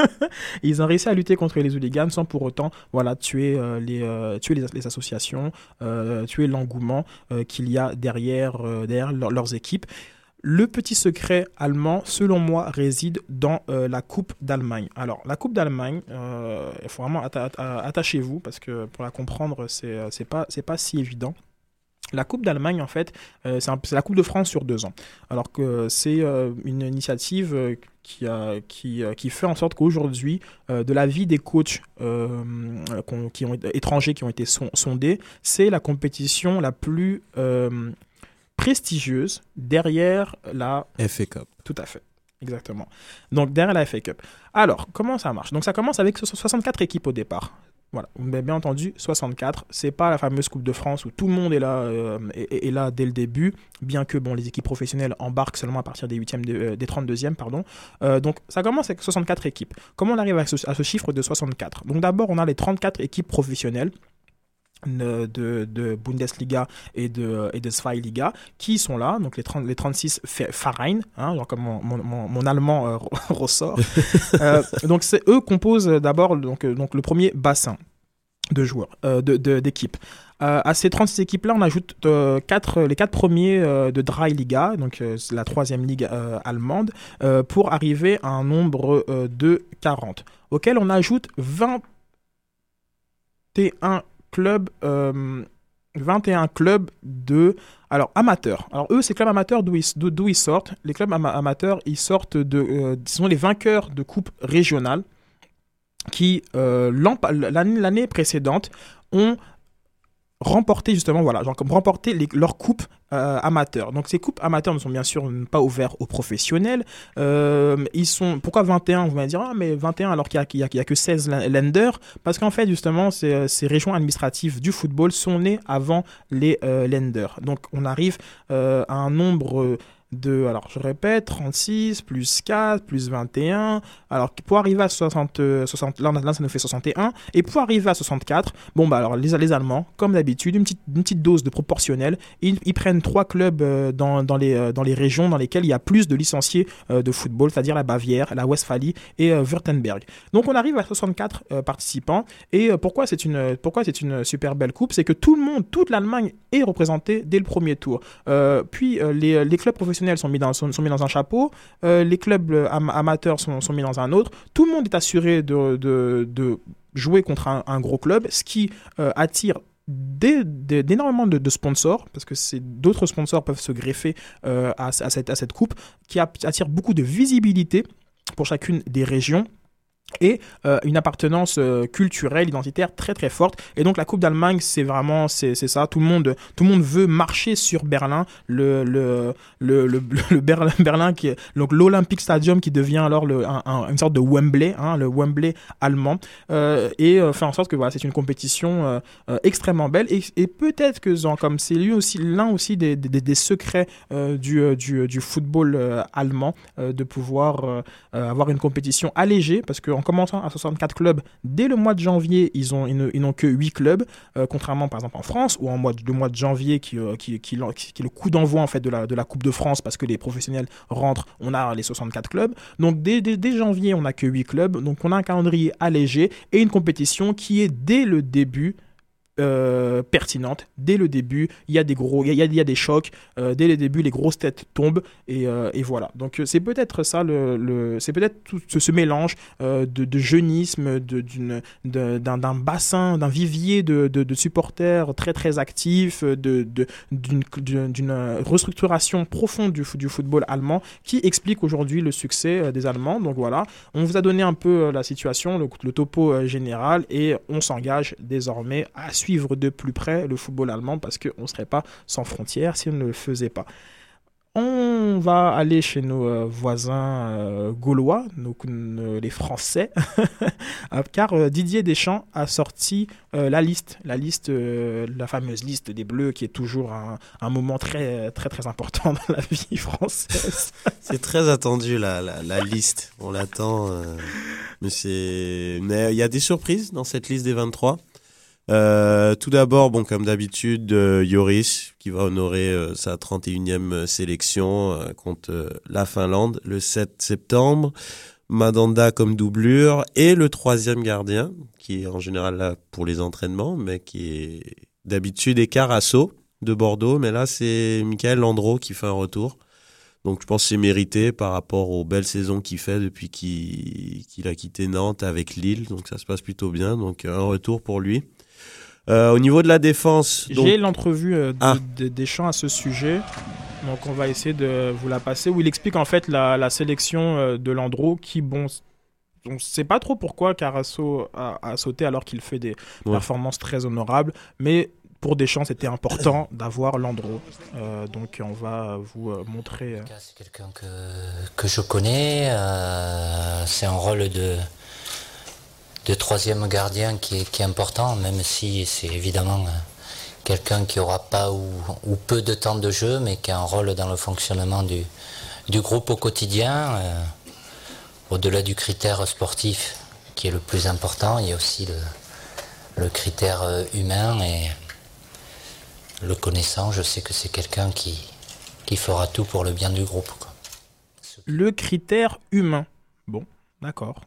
S7: Ils ont réussi à lutter contre les hooligans sans pour autant voilà, tuer, euh, les, euh, tuer les, les associations, euh, tuer l'engouement euh, qu'il y a derrière, euh, derrière leur, leurs équipes. Le petit secret allemand, selon moi, réside dans euh, la Coupe d'Allemagne. Alors, la Coupe d'Allemagne, euh, il faut vraiment atta- atta- attachez-vous parce que pour la comprendre, c'est, c'est pas, c'est pas si évident. La Coupe d'Allemagne, en fait, euh, c'est, un, c'est la Coupe de France sur deux ans. Alors que c'est euh, une initiative euh, qui, a, qui, euh, qui fait en sorte qu'aujourd'hui, euh, de la vie des coachs euh, qui ont, étrangers qui ont été son, sondés, c'est la compétition la plus... Euh, prestigieuse derrière la
S8: F A Cup.
S7: Tout à fait, exactement. Donc derrière la F A Cup. Alors, comment ça marche ? Donc ça commence avec soixante-quatre équipes au départ. Voilà, vous avez bien entendu, soixante-quatre. C'est pas la fameuse Coupe de France où tout le monde est là, euh, est, est là dès le début, bien que bon, les équipes professionnelles embarquent seulement à partir des huitièmes, de, euh, des trente-deuxièmes, pardon. Euh, donc ça commence avec soixante-quatre équipes. Comment on arrive à ce, à ce chiffre de soixante-quatre ? Donc d'abord, on a les trente-quatre équipes professionnelles De, de, de Bundesliga et de, et de Zweitliga qui sont là, donc les, trente, les trente-six Vereine, hein, genre comme mon, mon, mon allemand euh, ressort. euh, donc c'est, eux composent d'abord donc, donc le premier bassin de joueurs, euh, de, de, d'équipes. Euh, à ces trente-six équipes-là, on ajoute euh, quatre, les quatre premiers euh, de Dreiliga, donc euh, c'est la troisième ligue euh, allemande, euh, pour arriver à un nombre euh, de quarante, auquel on ajoute vingt et un clubs, euh, vingt et un clubs de alors amateurs. Alors eux, ces clubs amateurs d'où ils, d'où ils sortent. Les clubs ama- amateurs, ils sortent de, euh, ce sont les vainqueurs de coupes régionales qui euh, l'année, l'année précédente ont remporter justement voilà genre comme remporter les, leurs coupes euh, amateurs. Donc ces coupes amateurs ne sont bien sûr pas ouvertes aux professionnels. Euh, ils sont pourquoi vingt et un, vous m'allez dire ah mais vingt et un alors qu'il y a, qu'il y a, qu'il y a que seize lenders, parce qu'en fait justement ces, ces régions administratives du football sont nées avant les euh, lenders. Donc on arrive euh, à un nombre de, alors je répète, trente-six plus quatre plus vingt et un, alors pour arriver à soixante, soixante là, là ça nous fait soixante et un, et pour arriver à soixante-quatre, bon bah alors les, les Allemands, comme d'habitude, une petite, une petite dose de proportionnel, ils, ils prennent trois clubs euh, dans, dans, les, euh, dans les régions dans lesquelles il y a plus de licenciés euh, de football, c'est-à-dire la Bavière, la Westphalie et euh, Württemberg. Donc on arrive à soixante-quatre euh, participants, et euh, pourquoi, c'est une, pourquoi c'est une super belle coupe, c'est que tout le monde, toute l'Allemagne est représentée dès le premier tour. Euh, puis euh, les, les clubs professionnels professionnels sont mis dans, sont, sont mis dans un chapeau, euh, les clubs am- amateurs sont, sont mis dans un autre. Tout le monde est assuré de, de, de jouer contre un, un gros club, ce qui euh, attire Des, des, d'énormément de, de sponsors, parce que c'est, d'autres sponsors peuvent se greffer euh, à, à, cette, à cette coupe, qui attire beaucoup de visibilité pour chacune des régions et euh, une appartenance euh, culturelle, identitaire très très forte. Et donc la Coupe d'Allemagne, c'est vraiment c'est, c'est ça. Tout le monde tout le monde veut marcher sur Berlin, le le le le, le Berlin, Berlin qui est donc l'Olympic Stadium qui devient alors le un, un, une sorte de Wembley, hein, le Wembley allemand, euh, et euh, faire en sorte que voilà, c'est une compétition euh, euh, extrêmement belle. Et, et peut-être que genre, comme c'est lui aussi l'un aussi des des, des secrets euh, du du du football euh, allemand, euh, de pouvoir euh, avoir une compétition allégée, parce que en commençant à soixante-quatre clubs, dès le mois de janvier, ils, ont, ils, ne, ils n'ont que huit clubs, euh, contrairement par exemple en France, où en mois de, le mois de janvier, qui, euh, qui, qui, qui, qui est le coup d'envoi en fait, de, la, de la Coupe de France, parce que les professionnels rentrent, on a les soixante-quatre clubs. Donc dès, dès, dès janvier, on n'a que huit clubs, donc on a un calendrier allégé et une compétition qui est dès le début Euh, pertinente. Dès le début, il y a des gros, il y a, il y a des chocs. Euh, dès le début, les grosses têtes tombent et, euh, et voilà. Donc c'est peut-être ça, le, le c'est peut-être tout ce, ce mélange euh, de, de jeunisme, de, d'une, de, d'un, d'un bassin, d'un vivier de, de, de supporters très très actifs, de, de, d'une, d'une restructuration profonde du, du football allemand qui explique aujourd'hui le succès des Allemands. Donc voilà, on vous a donné un peu la situation, le, le topo général, et on s'engage désormais à suivre de plus près le football allemand, parce qu'on ne serait pas sans frontières si on ne le faisait pas. On va aller chez nos euh, voisins euh, gaulois, nos, nos, les Français, car euh, Didier Deschamps a sorti euh, la liste, la liste, euh, la fameuse liste des Bleus, qui est toujours un, un moment très, très, très important dans la vie française.
S8: C'est très attendu la, la, la liste, on l'attend, euh, mais c'est, mais il y a des surprises dans cette liste des vingt-trois. Euh, tout d'abord, bon, comme d'habitude, euh, Yoris qui va honorer euh, sa trente et unième sélection euh, contre euh, la Finlande le sept septembre. Mandanda comme doublure, et le troisième gardien qui est en général là pour les entraînements, mais qui est d'habitude Carasso de Bordeaux, mais là c'est Michael Landreau qui fait un retour. Donc je pense que c'est mérité par rapport aux belles saisons qu'il fait depuis qu'il, qu'il a quitté Nantes avec Lille, donc ça se passe plutôt bien, donc un retour pour lui. Euh, au niveau de la défense... Donc...
S7: J'ai l'entrevue euh, de,
S8: ah.
S7: de Deschamps à ce sujet, donc on va essayer de vous la passer, où il explique en fait la, la sélection euh, de Landreau, qui, bon, on ne sait pas trop pourquoi Carasso a, a sauté alors qu'il fait des ouais. performances très honorables, mais pour Deschamps c'était important d'avoir Landreau. Euh, donc on va vous euh, montrer... Euh...
S10: C'est quelqu'un que, que je connais, euh, c'est un rôle de... de troisième gardien qui est, qui est important, même si c'est évidemment quelqu'un qui n'aura pas ou, ou peu de temps de jeu, mais qui a un rôle dans le fonctionnement du, du groupe au quotidien. Euh, au-delà du critère sportif qui est le plus important, il y a aussi le, le critère humain, et le connaissant, je sais que c'est quelqu'un qui, qui fera tout pour le bien du groupe, quoi.
S7: Le critère humain. Bon, d'accord.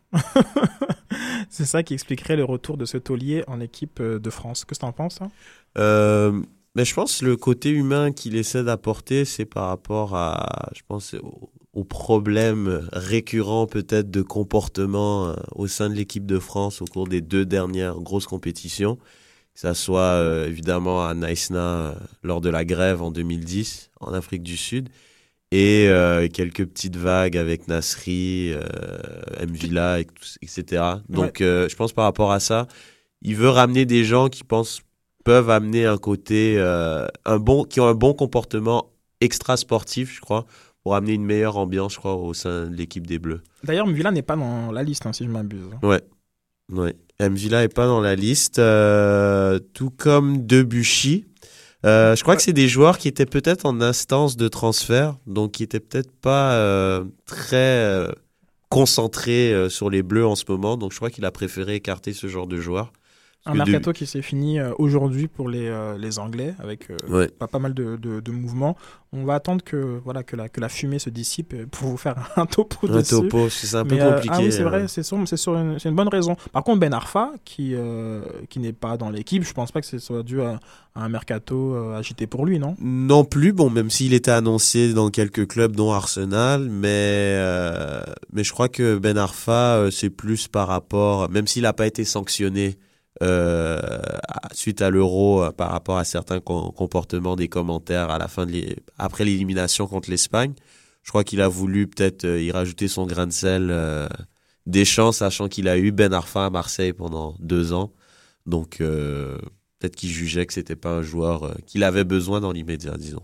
S7: C'est ça qui expliquerait le retour de ce taulier en équipe de France. Qu'est-ce que tu en penses, hein
S8: euh, mais je pense que le côté humain qu'il essaie d'apporter, c'est par rapport à, je pense, aux, aux problèmes récurrents peut-être de comportement euh, au sein de l'équipe de France au cours des deux dernières grosses compétitions. Que ça soit euh, évidemment à Naïsna euh, lors de la grève en deux mille dix en Afrique du Sud, et euh, quelques petites vagues avec Nasri, euh, Mvila, et, et cetera. Donc, ouais. euh, je pense par rapport à ça, il veut ramener des gens qui pensent peuvent amener un côté, euh, un bon, qui ont un bon comportement extra sportif, je crois, pour amener une meilleure ambiance, je crois, au sein de l'équipe des Bleus.
S7: D'ailleurs, Mvila n'est pas dans la liste, hein, si je m'abuse.
S8: Ouais, ouais. Mvila n'est pas dans la liste, euh, tout comme Debuchy. Euh, je crois ouais. que c'est des joueurs qui étaient peut-être en instance de transfert, donc qui étaient peut-être pas euh, très euh, concentrés euh, sur les Bleus en ce moment. Donc je crois qu'il a préféré écarter ce genre de joueurs.
S7: Un mercato de... qui s'est fini euh, aujourd'hui pour les, euh, les Anglais, avec euh,
S8: ouais.
S7: pas, pas mal de, de, de mouvements. On va attendre que, voilà, que, la, que la fumée se dissipe pour vous faire un topo
S8: un
S7: dessus.
S8: Un topo, c'est un peu
S7: Mais,
S8: compliqué.
S7: Euh, ah oui, c'est
S8: euh...
S7: vrai, c'est, sur, c'est, sur une, c'est une bonne raison. Par contre, Ben Arfa, qui, euh, qui n'est pas dans l'équipe, je pense pas que ce soit dû à, à un mercato euh, agité pour lui, non ?
S8: Non plus, bon, même s'il était annoncé dans quelques clubs, dont Arsenal, mais, euh, mais je crois que Ben Arfa, euh, c'est plus par rapport, même s'il n'a pas été sanctionné Euh, suite à l'Euro euh, par rapport à certains com- comportements des commentaires à la fin de l'é- après l'élimination contre l'Espagne, je crois qu'il a voulu peut-être euh, y rajouter son grain de sel euh, Deschamps, sachant qu'il a eu Ben Arfa à Marseille pendant deux ans, donc euh, peut-être qu'il jugeait que c'était pas un joueur euh, qu'il avait besoin dans l'immédiat, disons.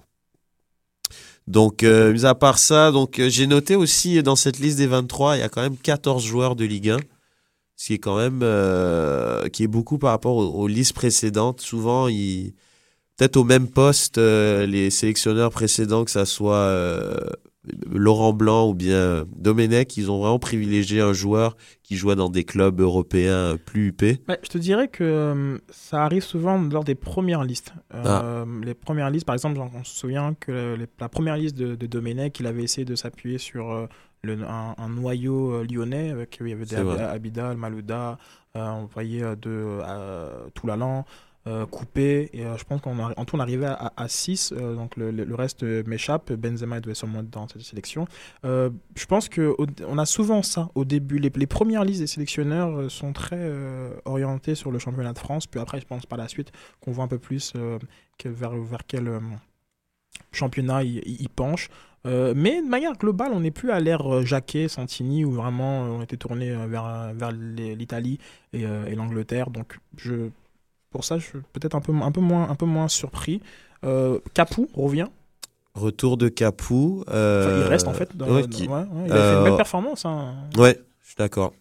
S8: Donc euh, mis à part ça, donc euh, j'ai noté aussi dans cette liste des vingt-trois, il y a quand même quatorze joueurs de Ligue un. Ce qui est quand même euh, qui est beaucoup par rapport aux, aux listes précédentes. Souvent, ils, peut-être au même poste, euh, les sélectionneurs précédents, que ça soit euh, Laurent Blanc ou bien Domenech, ils ont vraiment privilégié un joueur qui jouait dans des clubs européens plus huppés.
S7: Ouais, je te dirais que euh, ça arrive souvent lors des premières listes. Euh,
S8: ah.
S7: Les premières listes, par exemple, on se souvient que les, la première liste de, de Domenech, il avait essayé de s'appuyer sur... Euh, Le, un, un noyau euh, lyonnais avec il y avait des Ab- Abidal, Malouda, euh, on voyait euh, de euh, Toulalan, euh, Coupé et euh, je pense qu'en en tout on arrivait à, à six, euh, donc le, le, le reste m'échappe. Benzema devait sûrement être dans cette sélection. Euh, je pense que au, on a souvent ça au début. Les, les premières listes des sélectionneurs sont très euh, orientées sur le championnat de France, puis après je pense par la suite qu'on voit un peu plus euh, que vers, vers quel euh, championnat il, il penche. Euh, mais de manière globale, on n'est plus à l'ère Jacquet, Santini, où vraiment on était tourné vers, vers l'Italie et, euh, et l'Angleterre. Donc, je, pour ça, je suis peut-être un peu, un peu, moins, un peu moins surpris. Euh, Capoue revient.
S8: Retour de Capoue. Euh...
S7: Enfin, il reste en fait. Dans,
S8: ouais,
S7: dans,
S8: qui...
S7: ouais, ouais, il a
S8: euh...
S7: fait une belle performance. Hein.
S8: Ouais, je suis d'accord.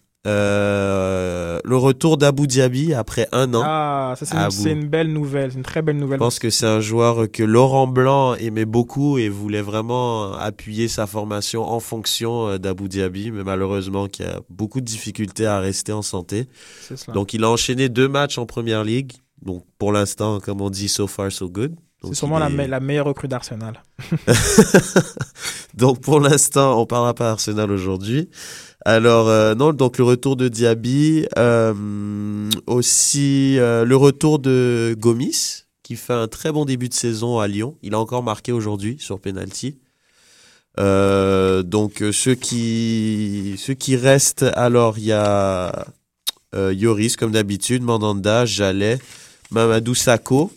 S8: Euh, le retour d'Abou Diaby après un an.
S7: Ah, ça c'est une, c'est une belle nouvelle, c'est une très belle nouvelle.
S8: Je pense que c'est un joueur que Laurent Blanc aimait beaucoup et voulait vraiment appuyer sa formation en fonction d'Abou Diaby, mais malheureusement qui a beaucoup de difficultés à rester en santé.
S7: C'est cela.
S8: Donc il a enchaîné deux matchs en première ligue. Donc pour l'instant, comme on dit, so far so good. Donc,
S7: c'est sûrement
S8: est...
S7: la, me- la meilleure recrue d'Arsenal.
S8: Donc pour l'instant, on parlera pas d'Arsenal aujourd'hui. Alors euh, non, donc le retour de Diaby, euh, aussi euh, le retour de Gomis qui fait un très bon début de saison à Lyon. Il a encore marqué aujourd'hui sur penalty. Euh, donc ceux qui ceux qui restent, alors il y a euh, Yoris comme d'habitude, Mandanda, Jallet, Mamadou Sakho,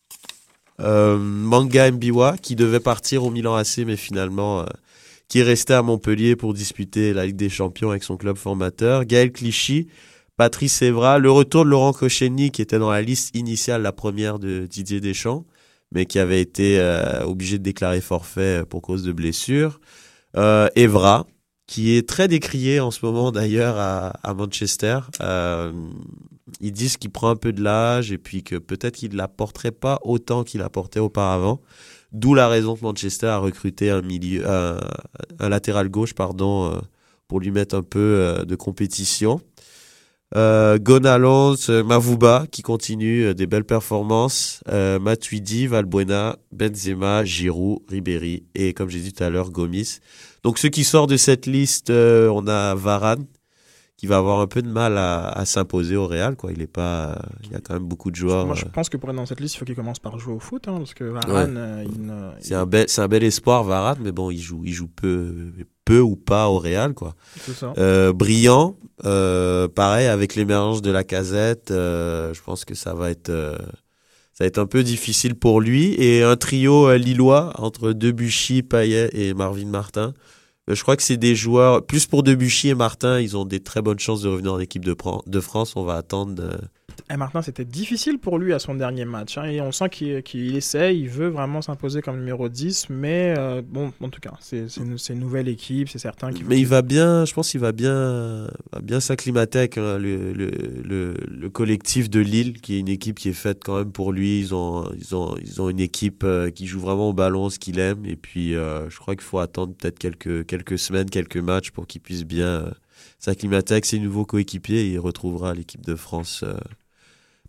S8: euh, Manga Mbiwa qui devait partir au Milan A C mais finalement euh, qui est resté à Montpellier pour disputer la Ligue des Champions avec son club formateur. Gaël Clichy, Patrice Evra, le retour de Laurent Koscielny qui était dans la liste initiale, la première de Didier Deschamps, mais qui avait été euh, obligé de déclarer forfait pour cause de blessure. Euh, Evra, qui est très décrié en ce moment d'ailleurs à, à Manchester. Euh, ils disent qu'il prend un peu de l'âge et puis que peut-être qu'il ne l'apporterait pas autant qu'il apportait auparavant. D'où la raison que Manchester a recruté un milieu, un, un latéral gauche, pardon, euh, pour lui mettre un peu euh, de compétition. Euh, Gonalons, euh, Mavouba qui continue euh, des belles performances. Euh, Matuidi, Valbuena, Benzema, Giroud, Ribéry et comme j'ai dit tout à l'heure, Gomis. Donc ceux qui sortent de cette liste, euh, on a Varane qui va avoir un peu de mal à, à s'imposer au Real, quoi. Il est pas, euh, il y a quand même beaucoup de joueurs.
S7: Moi, je pense que pour être dans cette liste, il faut qu'il commence par jouer au foot, hein, parce que Varane,
S8: ouais.
S7: euh, il, ne,
S8: c'est il... un bel, c'est un bel espoir, Varane, mais bon, il joue, il joue peu, peu ou pas au Real, quoi.
S7: C'est ça.
S8: Euh, brillant, euh, pareil avec l'émergence de Lacazette, euh, je pense que ça va être, euh, ça va être un peu difficile pour lui et un trio euh, lillois entre Debuchy, Payet et Marvin Martin. Je crois que c'est des joueurs, plus pour Debuchy et Martin, ils ont des très bonnes chances de revenir en équipe de, de France. On va attendre. Euh...
S7: Et Martin, c'était difficile pour lui à son dernier match. Hein, et on sent qu'il, qu'il essaie, il veut vraiment s'imposer comme numéro dix. Mais euh, bon, en tout cas, c'est, c'est, une, c'est une nouvelle équipe, c'est certain. Qu'il
S8: mais il va bien, je pense qu'il va bien, va bien s'acclimater avec hein, le, le, le, le collectif de Lille, qui est une équipe qui est faite quand même pour lui. Ils ont, ils ont, ils ont une équipe euh, qui joue vraiment au ballon, ce qu'il aime. Et puis, euh, je crois qu'il faut attendre peut-être quelques, quelques semaines, quelques matchs pour qu'il puisse bien euh, s'acclimater avec ses nouveaux coéquipiers et il retrouvera l'équipe de France. Euh,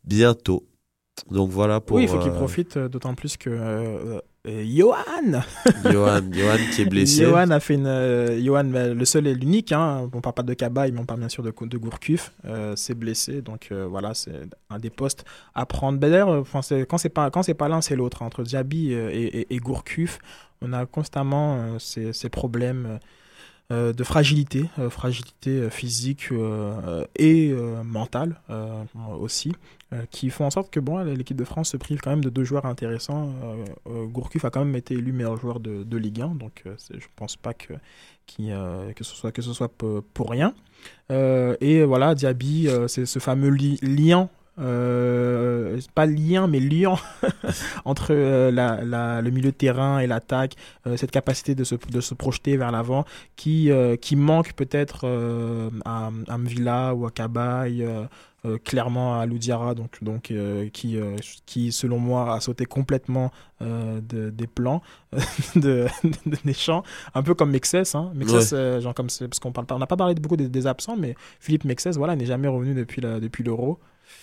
S8: bientôt. Donc voilà pour...
S7: Oui, il faut qu'il
S8: euh,
S7: profite, euh, d'autant plus que euh, euh, Johan
S8: Johan, Johan qui est blessé.
S7: Johan a fait une... euh, Johan, euh, le seul et l'unique, hein, on parle pas de Cabaye, mais on parle bien sûr de, de Gourcuff, euh, s'est blessé, donc euh, voilà, c'est un des postes à prendre. Ben, d'ailleurs, enfin, c'est, quand c'est pas, quand c'est pas l'un, c'est l'autre. Hein. Entre Diaby euh, et, et, et Gourcuff, on a constamment euh, ces, ces problèmes... Euh, Euh, de fragilité, euh, fragilité euh, physique euh, et euh, mentale euh, aussi, euh, qui font en sorte que bon, l'équipe de France se prive quand même de deux joueurs intéressants. Euh, euh, Gourcuff a quand même été élu meilleur joueur de, de Ligue un, donc euh, c'est, je pense pas que, qui, euh, que ce soit, que ce soit pour, pour rien. Euh, et voilà, Diaby, euh, c'est ce fameux li- lien. Euh, pas lien mais lien entre euh, la, la, le milieu de terrain et l'attaque, euh, cette capacité de se, de se projeter vers l'avant qui, euh, qui manque peut-être euh, à, à Mvila ou à Cabaye, euh, euh, clairement à Loudiara, donc, donc, euh, qui, euh, qui selon moi a sauté complètement euh, de, des plans de, de Deschamps, un peu comme Mexès, hein. Mexès, ouais. euh, genre comme c'est, parce qu'on parle pas, on n'a pas parlé beaucoup des, des absents, mais Philippe Mexès, voilà, n'est jamais revenu depuis, la, depuis l'Euro.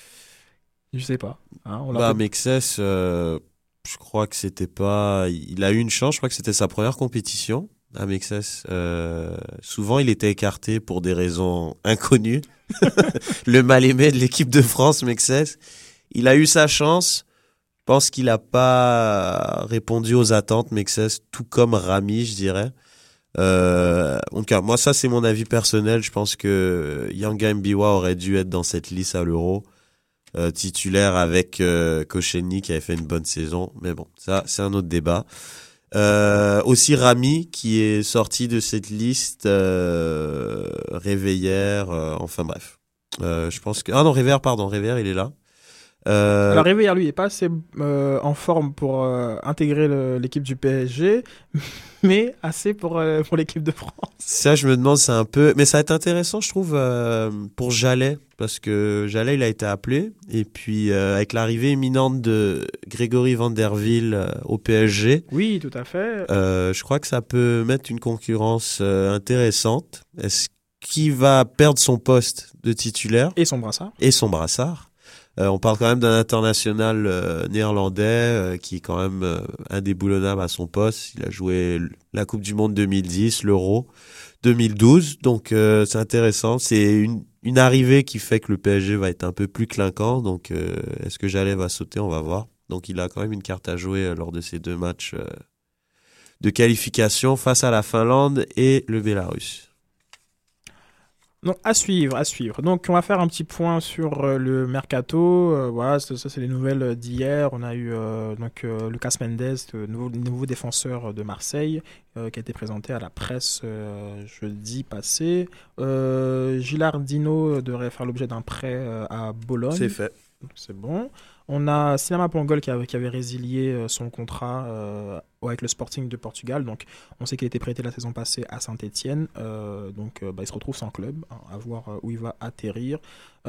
S7: Je sais pas. Hein, on l'a
S8: bah,
S7: fait...
S8: Mexès, euh, je crois que c'était pas. Il a eu une chance, je crois que c'était sa première compétition à Mexès. Euh, souvent, il était écarté pour des raisons inconnues. Le mal-aimé de l'équipe de France, Mexès. Il a eu sa chance. Je pense qu'il n'a pas répondu aux attentes, Mexès, tout comme Rami, je dirais. Euh, donc, moi, ça, c'est mon avis personnel. Je pense que Yanga Mbiwa aurait dû être dans cette liste à l'Euro. Euh, titulaire avec euh, Koscielny qui avait fait une bonne saison, mais bon, ça c'est un autre débat. Euh, aussi Rami qui est sorti de cette liste, euh, Réveillère, euh, enfin bref. Euh, je pense que ah non Réveillère pardon Réveillère il est là. Euh...
S7: Alors Réveillère lui il est pas assez euh, en forme pour euh, intégrer le, l'équipe du P S G, mais assez pour euh, pour l'équipe de France.
S8: Ça je me demande c'est un peu, mais ça va être intéressant je trouve euh, pour Jallet parce que Jallet il a été appelé et puis euh, avec l'arrivée imminente de Grégory Van der Wiel euh, au P S G.
S7: Oui tout à fait.
S8: Euh, je crois que ça peut mettre une concurrence euh, intéressante. Est-ce qu'il va perdre son poste de titulaire
S7: et son brassard
S8: et son brassard? Euh, on parle quand même d'un international euh, néerlandais euh, qui est quand même euh, indéboulonnable à son poste. Il a joué la Coupe du Monde deux mille dix, l'Euro deux mille douze. Donc euh, c'est intéressant. C'est une, une arrivée qui fait que le P S G va être un peu plus clinquant. Donc euh, est-ce que Jallet va sauter? On va voir. Donc il a quand même une carte à jouer euh, lors de ces deux matchs euh, de qualification face à la Finlande et le Bélarus.
S7: Donc à suivre, à suivre. Donc on va faire un petit point sur euh, le mercato. Euh, voilà, ça, ça c'est les nouvelles d'hier. On a eu euh, donc euh, Lucas Mendes, le nouveau, nouveau défenseur de Marseille, euh, qui a été présenté à la presse euh, jeudi passé. Euh, Gilardino devrait faire l'objet d'un prêt euh, à Bologne.
S8: C'est fait.
S7: Donc, c'est bon. On a Sinama Pongol qui avait, qui avait résilié son contrat euh, avec le Sporting de Portugal. Donc, on sait qu'il a été prêté la saison passée à Saint-Etienne. Euh, donc, euh, bah, il se retrouve sans club, hein, à voir où il va atterrir.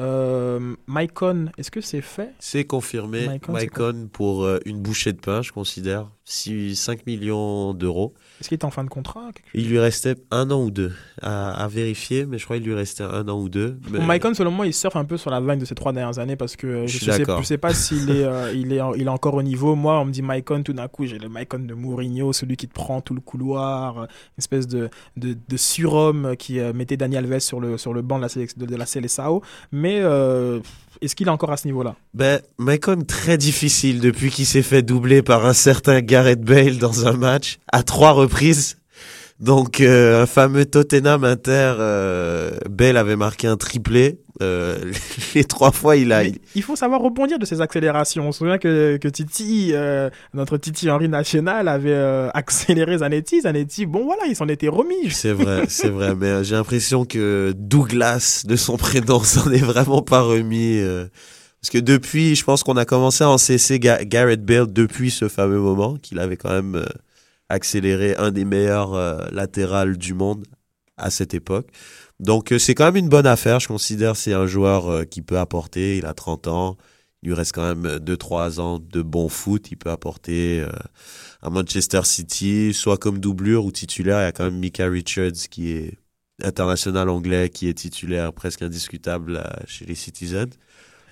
S7: Euh, Maicon, est-ce que c'est fait?
S8: C'est confirmé.
S7: Maicon,
S8: Maicon
S7: c'est
S8: pour euh, une bouchée de pain, je considère. six, cinq millions d'euros.
S7: Est-ce qu'il est en fin de contrat?
S8: Il lui restait un an ou deux à, à vérifier, mais je crois qu'il lui restait un an ou deux. Mais...
S7: Pour Maicon, selon moi, il surfe un peu sur la vague de ces trois dernières années parce que je,
S8: je
S7: je sais, je sais pas s'il est, euh, il est, il est encore au niveau. Moi, on me dit Maicon, tout d'un coup, j'ai le Maicon de Mourinho, celui qui te prend tout le couloir, une espèce de, de, de surhomme qui euh, mettait Dani Alves sur le, sur le banc de la, de, de la Seleção. Mais euh, est-ce qu'il est encore à ce niveau-là?
S8: Ben, Maicon, très difficile depuis qu'il s'est fait doubler par un certain Gareth Bale dans un match à trois reprises. Donc, euh, un fameux Tottenham Inter, euh, Bale avait marqué un triplé. Euh, les trois fois, il a...
S7: Il... il faut savoir rebondir de ces accélérations. On se souvient que, que Titi, euh, notre Titi Henry National, avait euh, accéléré Zanetti. Zanetti, bon voilà, il s'en était remis.
S8: C'est vrai, c'est vrai. Mais euh, j'ai l'impression que Douglas, de son prénom, s'en est vraiment pas remis. Euh, parce que depuis, je pense qu'on a commencé à en cesser Ga- Gareth Bale depuis ce fameux moment, qu'il avait quand même... Euh, accéléré un des meilleurs euh, latérales du monde à cette époque. Donc euh, c'est quand même une bonne affaire, je considère c'est un joueur euh, qui peut apporter, il a trente ans, il lui reste quand même deux trois ans de bon foot, il peut apporter euh, à Manchester City, soit comme doublure ou titulaire, il y a quand même Micah Richards qui est international anglais, qui est titulaire presque indiscutable là, chez les Citizens.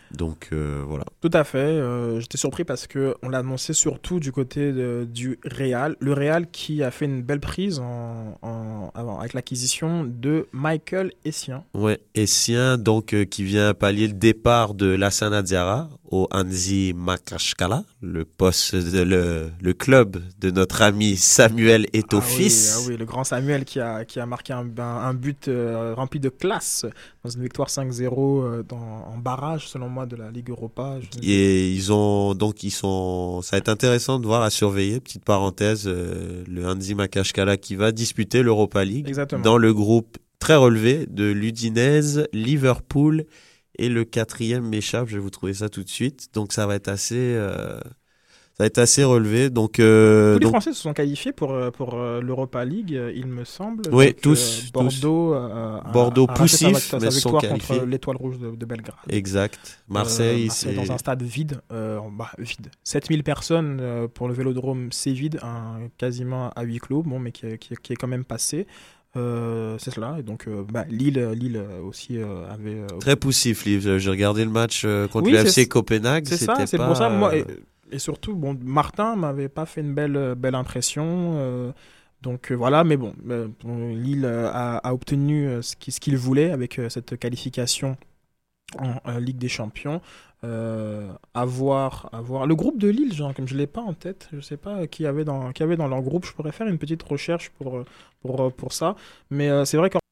S8: Donc euh, voilà.
S7: Tout à fait. Euh, j'étais surpris parce qu'on l'a annoncé surtout du côté de, du Real. Le Real qui a fait une belle prise en, en, en, avec l'acquisition de Michael Essien.
S8: Ouais, Essien, donc euh, qui vient pallier le départ de Lassana Diarra au Hansi Makashkala, le poste de le, le club de notre ami Samuel Eto'o-Fils.
S7: Ah oui, ah oui, le grand Samuel qui a, qui a marqué un, un, un but euh, rempli de classe dans une victoire cinq zéro euh, dans, en barrage, selon moi, de la Ligue Europa. Je...
S8: Et ils ont donc ils sont, ça va être intéressant de voir, à surveiller. Petite parenthèse, euh, le Hansi Makashkala qui va disputer l'Europa League. Exactement. Dans le groupe très relevé de l'Udinese, Liverpool et le quatrième m'échappe. Je vais vous trouver ça tout de suite. Donc ça va être assez, euh, ça va être assez relevé. Donc euh,
S7: tous les
S8: donc...
S7: Français se sont qualifiés pour pour euh, l'Europa League, il me semble.
S8: Oui,
S7: donc,
S8: tous.
S7: Euh, Bordeaux,
S8: tous.
S7: Euh,
S8: Bordeaux
S7: a, a
S8: poussif,
S7: sa,
S8: mais
S7: sa
S8: sont
S7: victoire
S8: qualifiés
S7: contre l'Étoile Rouge de, de Belgrade.
S8: Exact. Marseille,
S7: euh, Marseille
S8: c'est
S7: dans un stade vide, euh, bah, vide. sept mille personnes euh, pour le Vélodrome, c'est vide, un, quasiment à huis clos, bon, mais qui, qui, qui est quand même passé. Euh, c'est cela, et donc euh, bah, Lille, Lille aussi euh, avait euh...
S8: très poussif. Lille, j'ai regardé le match euh, contre
S7: oui,
S8: le F C Copenhague.
S7: C'est
S8: c'était
S7: ça, c'est
S8: pas...
S7: pour ça. Moi, et, et surtout, bon, Martin m'avait pas fait une belle, belle impression. Euh, donc euh, voilà, mais bon, euh, Lille a, a obtenu ce qu'il, ce qu'il voulait avec euh, cette qualification en euh, Ligue des Champions. Euh, à voir, à voir. Le groupe de Lille, genre, comme je l'ai pas en tête, je sais pas qui avait dans qui avait dans leur groupe. Je pourrais faire une petite recherche pour pour pour ça. Mais euh, c'est vrai que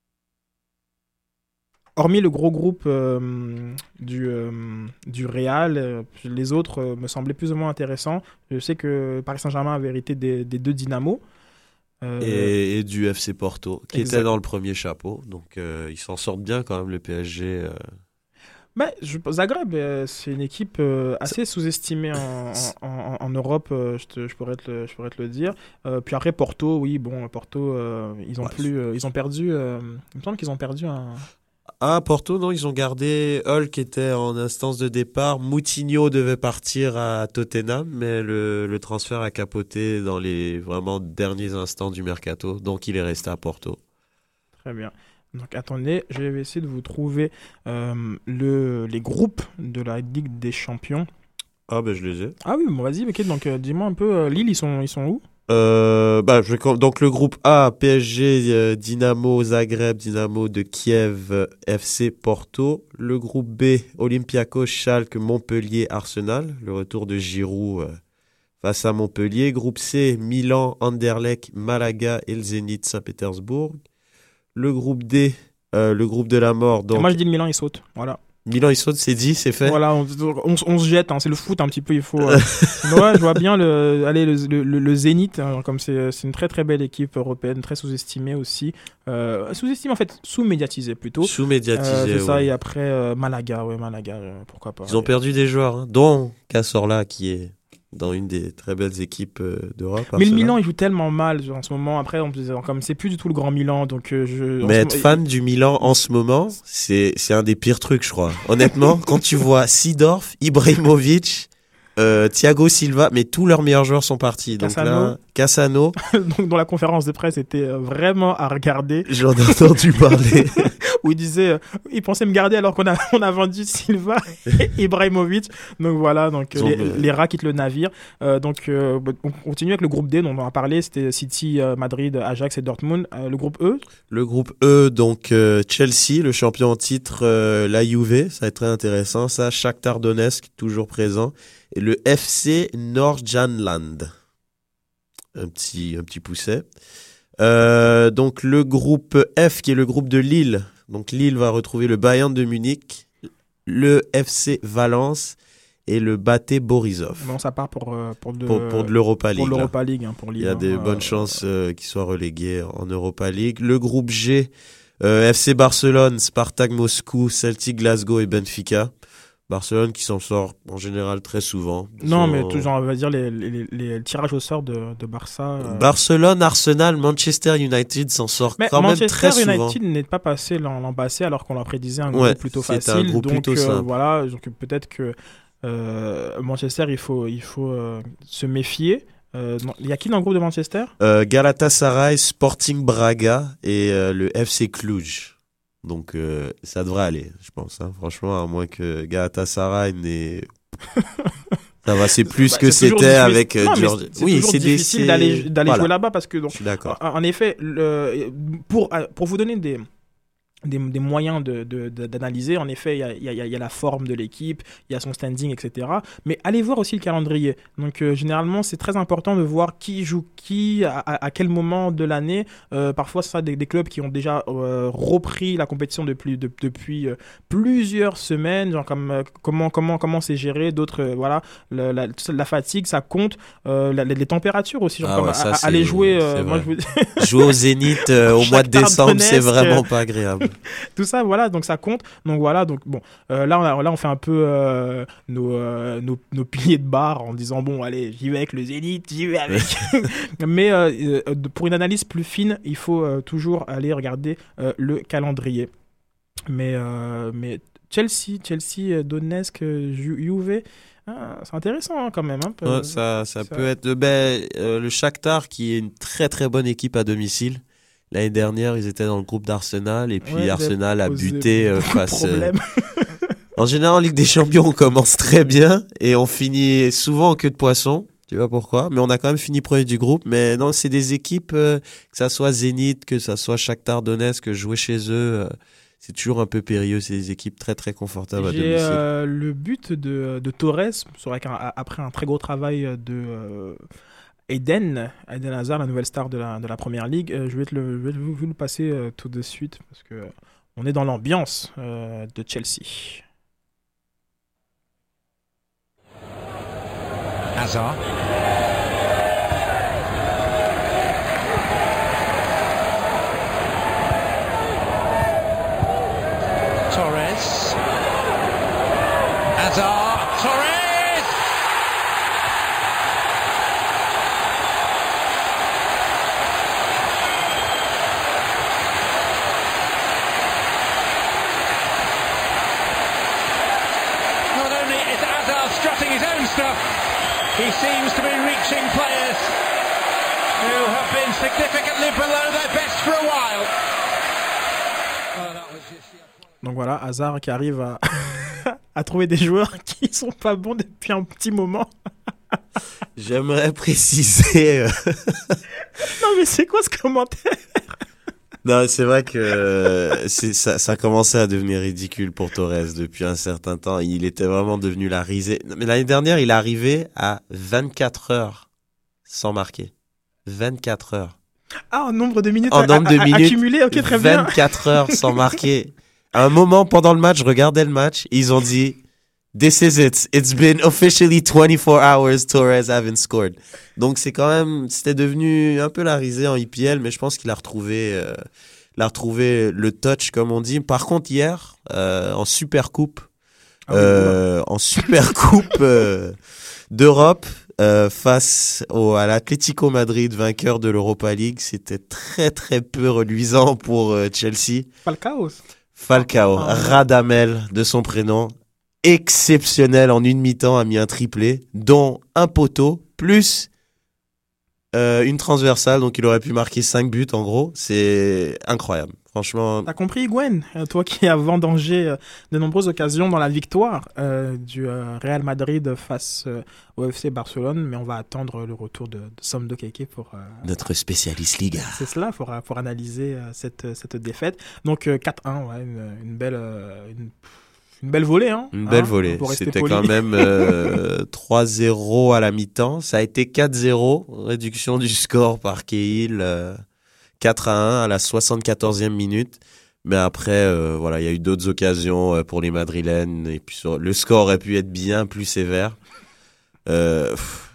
S7: hormis le gros groupe euh, du euh, du Real, euh, les autres euh, me semblaient plus ou moins intéressants. Je sais que Paris Saint-Germain avait hérité des, des deux Dynamo.
S8: Euh... Et, et du F C Porto, qui
S7: exact.
S8: était dans le premier chapeau. Donc euh, ils s'en sortent bien quand même, le P S G. Euh...
S7: Bah, je, Zagreb, euh, c'est une équipe euh, assez sous-estimée en, en, en, en Europe, euh, je, te, je, pourrais te le, je pourrais te le dire. Euh, puis après, Porto, oui, bon, Porto, euh, ils, ont ouais, plus, euh, ils ont perdu, euh, il me semble qu'ils ont perdu un...
S8: Ah, Porto, non, ils ont gardé Hull qui était en instance de départ. Moutinho devait partir à Tottenham, mais le, le transfert a capoté dans les vraiment derniers instants du mercato, donc il est resté à Porto.
S7: Très bien. Donc attendez, je vais essayer de vous trouver euh, le, les groupes de la Ligue des Champions.
S8: Ah ben je les ai.
S7: Ah oui, bon vas-y, ok, donc euh, dis-moi un peu, euh, Lille, ils sont, ils sont où
S8: euh, bah, je vais, Donc le groupe A, P S G, euh, Dynamo Zagreb, Dynamo de Kiev, euh, F C Porto. Le groupe B, Olympiakos, Schalke, Montpellier, Arsenal. Le retour de Giroud euh, face à Montpellier. Groupe C, Milan, Anderlecht, Malaga et le Zénith Saint-Pétersbourg. Le groupe D, euh, le groupe de la mort. Donc...
S7: Moi, je dis le Milan, il saute. Voilà.
S8: Milan, il saute, c'est dit, c'est fait.
S7: Voilà, on, on, on se jette, hein, c'est le foot un petit peu, il faut... Euh... ouais, je vois bien le, allez, le, le, le Zénith, hein, comme c'est, c'est une très très belle équipe européenne, très sous-estimée aussi. Euh, sous-estimée, en fait, sous-médiatisée plutôt.
S8: Sous-médiatisée,
S7: euh, C'est ça,
S8: ouais.
S7: Et après, euh, Malaga, ouais, Malaga, euh, pourquoi pas.
S8: Ils ouais. ont perdu des joueurs, hein, dont Cazorla, qui est... dans une des très belles équipes euh, d'Europe.
S7: Mais Arsenal. Le Milan, il joue tellement mal en ce moment. Après, on, comme c'est plus du tout le grand Milan, donc euh, je.
S8: Mais être moment, fan il... du Milan en ce moment, c'est c'est un des pires trucs, je crois. Honnêtement, quand tu vois Seedorf, Ibrahimovic, euh, Thiago Silva, mais tous leurs meilleurs joueurs sont partis. Donc
S7: Cassano.
S8: là, Cassano.
S7: Donc dans la conférence de presse, était vraiment à regarder.
S8: J'en ai entendu parler.
S7: Où il disait, euh, il pensait me garder alors qu'on a, on a vendu Silva et Ibrahimovic. Donc voilà, donc les, euh... les rats quittent le navire. Euh, donc euh, on continue avec le groupe D dont on a parlé, c'était City, euh, Madrid, Ajax et Dortmund. Euh, le groupe E.
S8: Le groupe E, donc euh, Chelsea, le champion en titre, euh, la Juve, ça va être très intéressant. Ça, Shakhtar Donetsk, toujours présent. Et le F C Nordjylland. Un petit, un petit pousset. Euh, donc le groupe F, qui est le groupe de Lille. Donc Lille va retrouver le Bayern de Munich, le F C Valence et le Bate Borisov.
S7: Bon, ça part pour, pour, de,
S8: pour, pour de l'Europa League.
S7: Pour l'Europa League, hein, pour Lille.
S8: Il y a des
S7: hein,
S8: bonnes
S7: euh,
S8: chances euh, qu'ils soient relégués en Europa League. Le groupe G, euh, F C Barcelone, Spartak Moscou, Celtic Glasgow et Benfica. Barcelone qui s'en sort en général très souvent. Ils
S7: non,
S8: sont...
S7: mais toujours, on va dire les, les, les, les tirages au sort de, de Barça. Euh...
S8: Barcelone, Arsenal, Manchester United s'en sort
S7: mais
S8: quand
S7: Manchester
S8: même très
S7: United
S8: souvent.
S7: Manchester United n'est pas passé l'an, l'an passé alors qu'on leur prédisait un groupe
S8: ouais,
S7: plutôt facile.
S8: Un groupe
S7: donc
S8: plutôt
S7: euh,
S8: simple.
S7: voilà, donc peut-être que euh, Manchester, il faut, il faut euh, se méfier. Il euh, y a qui dans le groupe de Manchester?
S8: euh, Galatasaray, Sporting Braga et euh, le F C Cluj. Donc euh, ça devrait aller, je pense. Hein. Franchement, à moins que Galatasaray n'ait... Ça va, c'est plus bah, que c'est c'était avec euh, Georgia.
S7: C'est oui, c'est difficile des, d'aller, d'aller voilà. jouer là-bas parce que donc,
S8: je suis d'accord.
S7: En, en effet, le, pour, pour vous donner des... Des, des moyens de, de, de, d'analyser. En effet, il y a, y, a, y a la forme de l'équipe, il y a son standing, et cetera. Mais allez voir aussi le calendrier. Donc, euh, généralement, c'est très important de voir qui joue qui, à, à quel moment de l'année. Euh, parfois, c'est ça des, des clubs qui ont déjà euh, repris la compétition depuis, de, depuis euh, plusieurs semaines. Genre, comme, euh, comment, comment, comment c'est géré. D'autres, euh, voilà, la, la, la fatigue, ça compte. Euh, la, les températures aussi. Genre, ah
S8: ouais,
S7: comme,
S8: ça,
S7: à, aller jouer. Euh, moi, je vous...
S8: jouer au Zénith euh, au mois de décembre, c'est vraiment pas agréable.
S7: Tout ça, voilà, donc ça compte. Donc voilà, donc bon, euh, là, on a, là on fait un peu euh, nos, euh, nos, nos piliers de barre en disant bon, allez, j'y vais avec le Zénith, j'y vais avec. Mais euh, pour une analyse plus fine, il faut euh, toujours aller regarder euh, le calendrier. Mais, euh, mais Chelsea, Chelsea, Donetsk, Juve. Ah, c'est intéressant hein, quand même. Hein,
S8: peu, ouais, ça, ça, ça peut être ben, euh, le Shakhtar qui est une très très bonne équipe à domicile. L'année dernière, ils étaient dans le groupe d'Arsenal et puis ouais, Arsenal a buté euh, face. Euh... En général, en Ligue des Champions, on commence très bien et on finit souvent en queue de poisson. Tu vois pourquoi ? Mais on a quand même fini premier du groupe. Mais non, c'est des équipes, euh, que ça soit Zénith, que ça soit Shakhtar Donetsk, jouer chez eux, euh, c'est toujours un peu périlleux. C'est des équipes très très confortables
S7: J'ai,
S8: à domicile.
S7: Euh, le but de, de Torres, c'est vrai qu'après un très gros travail de euh, Eden, Eden Hazard, la nouvelle star de la, de la première ligue, euh, je vais, te le, je vais vous, vous le passer euh, tout de suite parce que euh, on est dans l'ambiance euh, de Chelsea.
S11: Hazard. Torres. Hazard. Torres. Strutting his own stuff, he seems to be reaching players who have been significantly below their best for a while. Oh, that was just...
S7: Donc voilà, Hazard qui arrive à, à trouver des joueurs qui sont pas bons depuis un petit moment.
S8: J'aimerais préciser... Euh...
S7: non mais c'est quoi ce commentaire ?
S8: Non, c'est vrai que euh, c'est, ça, ça commençait à devenir ridicule pour Torres depuis un certain temps. Il était vraiment devenu la risée. Mais l'année dernière, il est arrivé à vingt-quatre heures sans marquer. vingt-quatre heures.
S7: Ah, en nombre de minutes,
S8: en
S7: à,
S8: nombre de
S7: à,
S8: minutes
S7: accumulé, ok, très bien.
S8: vingt-quatre heures sans marquer. À un moment, pendant le match, je regardais le match, ils ont dit... This is it. It's been officially twenty-four hours. Torres haven't scored. Donc c'est quand même, c'était devenu un peu la risée en I P L, mais je pense qu'il a retrouvé, euh, il a retrouvé le touch comme on dit. Par contre hier, euh, en Super Coupe, ah oui, euh, en Super Coupe euh, d'Europe euh, face au, à l'Atlético Madrid, vainqueur de l'Europa League, c'était très très peu reluisant pour euh, Chelsea.
S7: Falcao.
S8: Falcao, ah, Radamel de son prénom. Exceptionnel en une mi-temps, a mis un triplé, dont un poteau, plus euh, une transversale, donc il aurait pu marquer cinq buts en gros. C'est incroyable, franchement.
S7: T'as compris, Gwen, toi qui as vendangé de nombreuses occasions dans la victoire euh, du euh, Real Madrid face euh, au F C Barcelone, mais on va attendre le retour de, de Sam Dokeke pour... Euh,
S8: notre spécialiste Liga.
S7: C'est cela, pour, pour analyser euh, cette, cette défaite. Donc euh, quatre un, ouais, une, une belle... Euh, une... Une belle volée, hein.
S8: Une belle
S7: hein,
S8: volée. C'était poli. Quand même euh, trois zéro à la mi-temps. Ça a été quatre zéro. Réduction du score par Cahill. Euh, quatre à un à la soixante-quatorzième minute. Mais après, euh, voilà, il y a eu d'autres occasions pour les Madrilènes. Et puis sur, le score aurait pu être bien plus sévère. Euh, pff,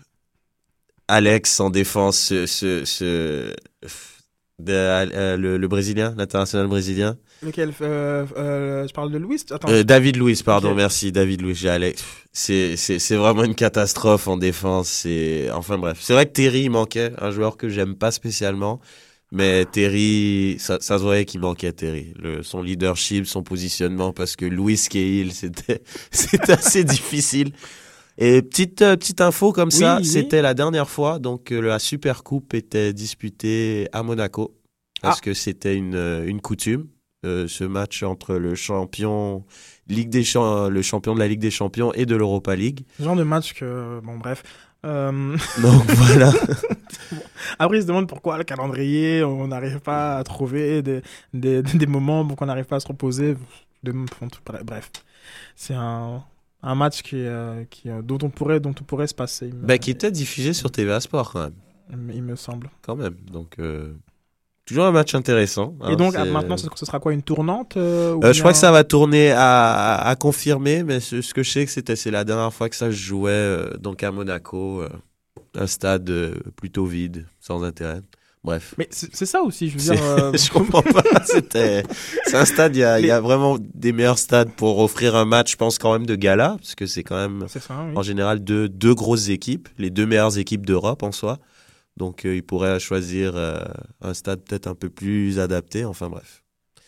S8: Alex en défense, ce, ce, ce, de, euh, le, le Brésilien, l'international brésilien.
S7: Lequel euh, euh, je parle de Luis. Attends.
S8: Euh, David Luiz, pardon, okay. Merci David Luiz. J'ai Alex. C'est c'est c'est vraiment une catastrophe en défense. C'est enfin bref. C'est vrai que Terry il manquait, un joueur que j'aime pas spécialement, mais Terry, ça, ça se voyait qu'il manquait Terry. Le, son leadership, son positionnement, parce que Luis Cahill, c'était c'était assez difficile. Et petite euh, petite info comme ça, oui, oui. C'était la dernière fois donc euh, la Super Coupe était disputée à Monaco parce ah. que c'était une une coutume. euh, ce match entre le champion, Ligue des Champ- le champion de la Ligue des Champions et de l'Europa League.
S7: Ce genre de match que, bon bref. Euh...
S8: Donc voilà.
S7: Après, ils se demandent pourquoi le calendrier, on n'arrive pas à trouver des, des, des moments pour qu'on n'arrive pas à se reposer. De, bref, c'est un, un match qui, euh, qui, dont, on pourrait, dont on pourrait se passer.
S8: Bah, qui était diffusé sur T V A Sport quand même.
S7: Il me semble.
S8: Quand même. Donc, euh, toujours un match intéressant.
S7: Et hein, donc, c'est... maintenant, ce sera quoi, une tournante euh, ou
S8: euh,
S7: bien...
S8: Je crois que ça va tourner à, à, à confirmer, mais ce, ce que je sais, que c'était, c'est la dernière fois que ça se jouait euh, donc à Monaco, euh, un stade euh, plutôt vide, sans intérêt. Bref.
S7: Mais c'est, c'est ça aussi, je veux dire. Euh...
S8: je comprends pas. C'était, c'est un stade, il y a, il y a vraiment des meilleurs stades pour offrir un match, je pense, quand même de gala, parce que c'est quand même,
S7: c'est ça, oui.
S8: en général, deux, deux grosses équipes, les deux meilleures équipes d'Europe en soi. Donc, euh, il pourrait choisir euh, un stade peut-être un peu plus adapté. Enfin, bref.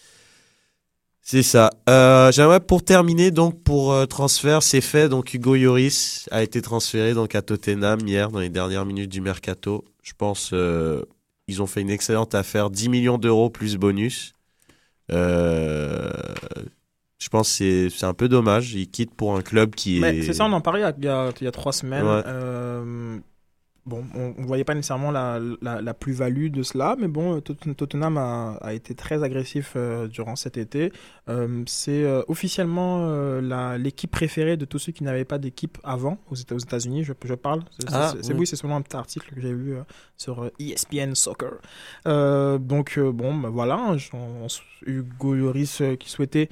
S8: C'est ça. Euh, j'aimerais, pour terminer, donc, pour euh, transfert, c'est fait. Donc, Hugo Lloris a été transféré donc, à Tottenham hier, dans les dernières minutes du mercato. Je pense... Euh, Ils ont fait une excellente affaire, dix millions d'euros plus bonus. Euh, je pense que c'est, c'est un peu dommage. Ils quittent pour un club qui
S7: Mais
S8: est...
S7: C'est ça, on en parlait il y a, il y a trois semaines.
S8: Ouais.
S7: Euh, bon, on ne voyait pas nécessairement la, la, la plus-value de cela, mais bon, Tottenham a, a été très agressif euh, durant cet été. Euh, c'est euh, officiellement euh, la, l'équipe préférée de tous ceux qui n'avaient pas d'équipe avant aux, États, aux États-Unis, je, je parle. C'est,
S8: ah,
S7: c'est,
S8: oui.
S7: c'est, oui, c'est seulement un petit article que j'ai lu euh, sur euh, E S P N Soccer. Euh, donc, euh, bon, ben voilà, on, on, Hugo Lloris euh, qui souhaitait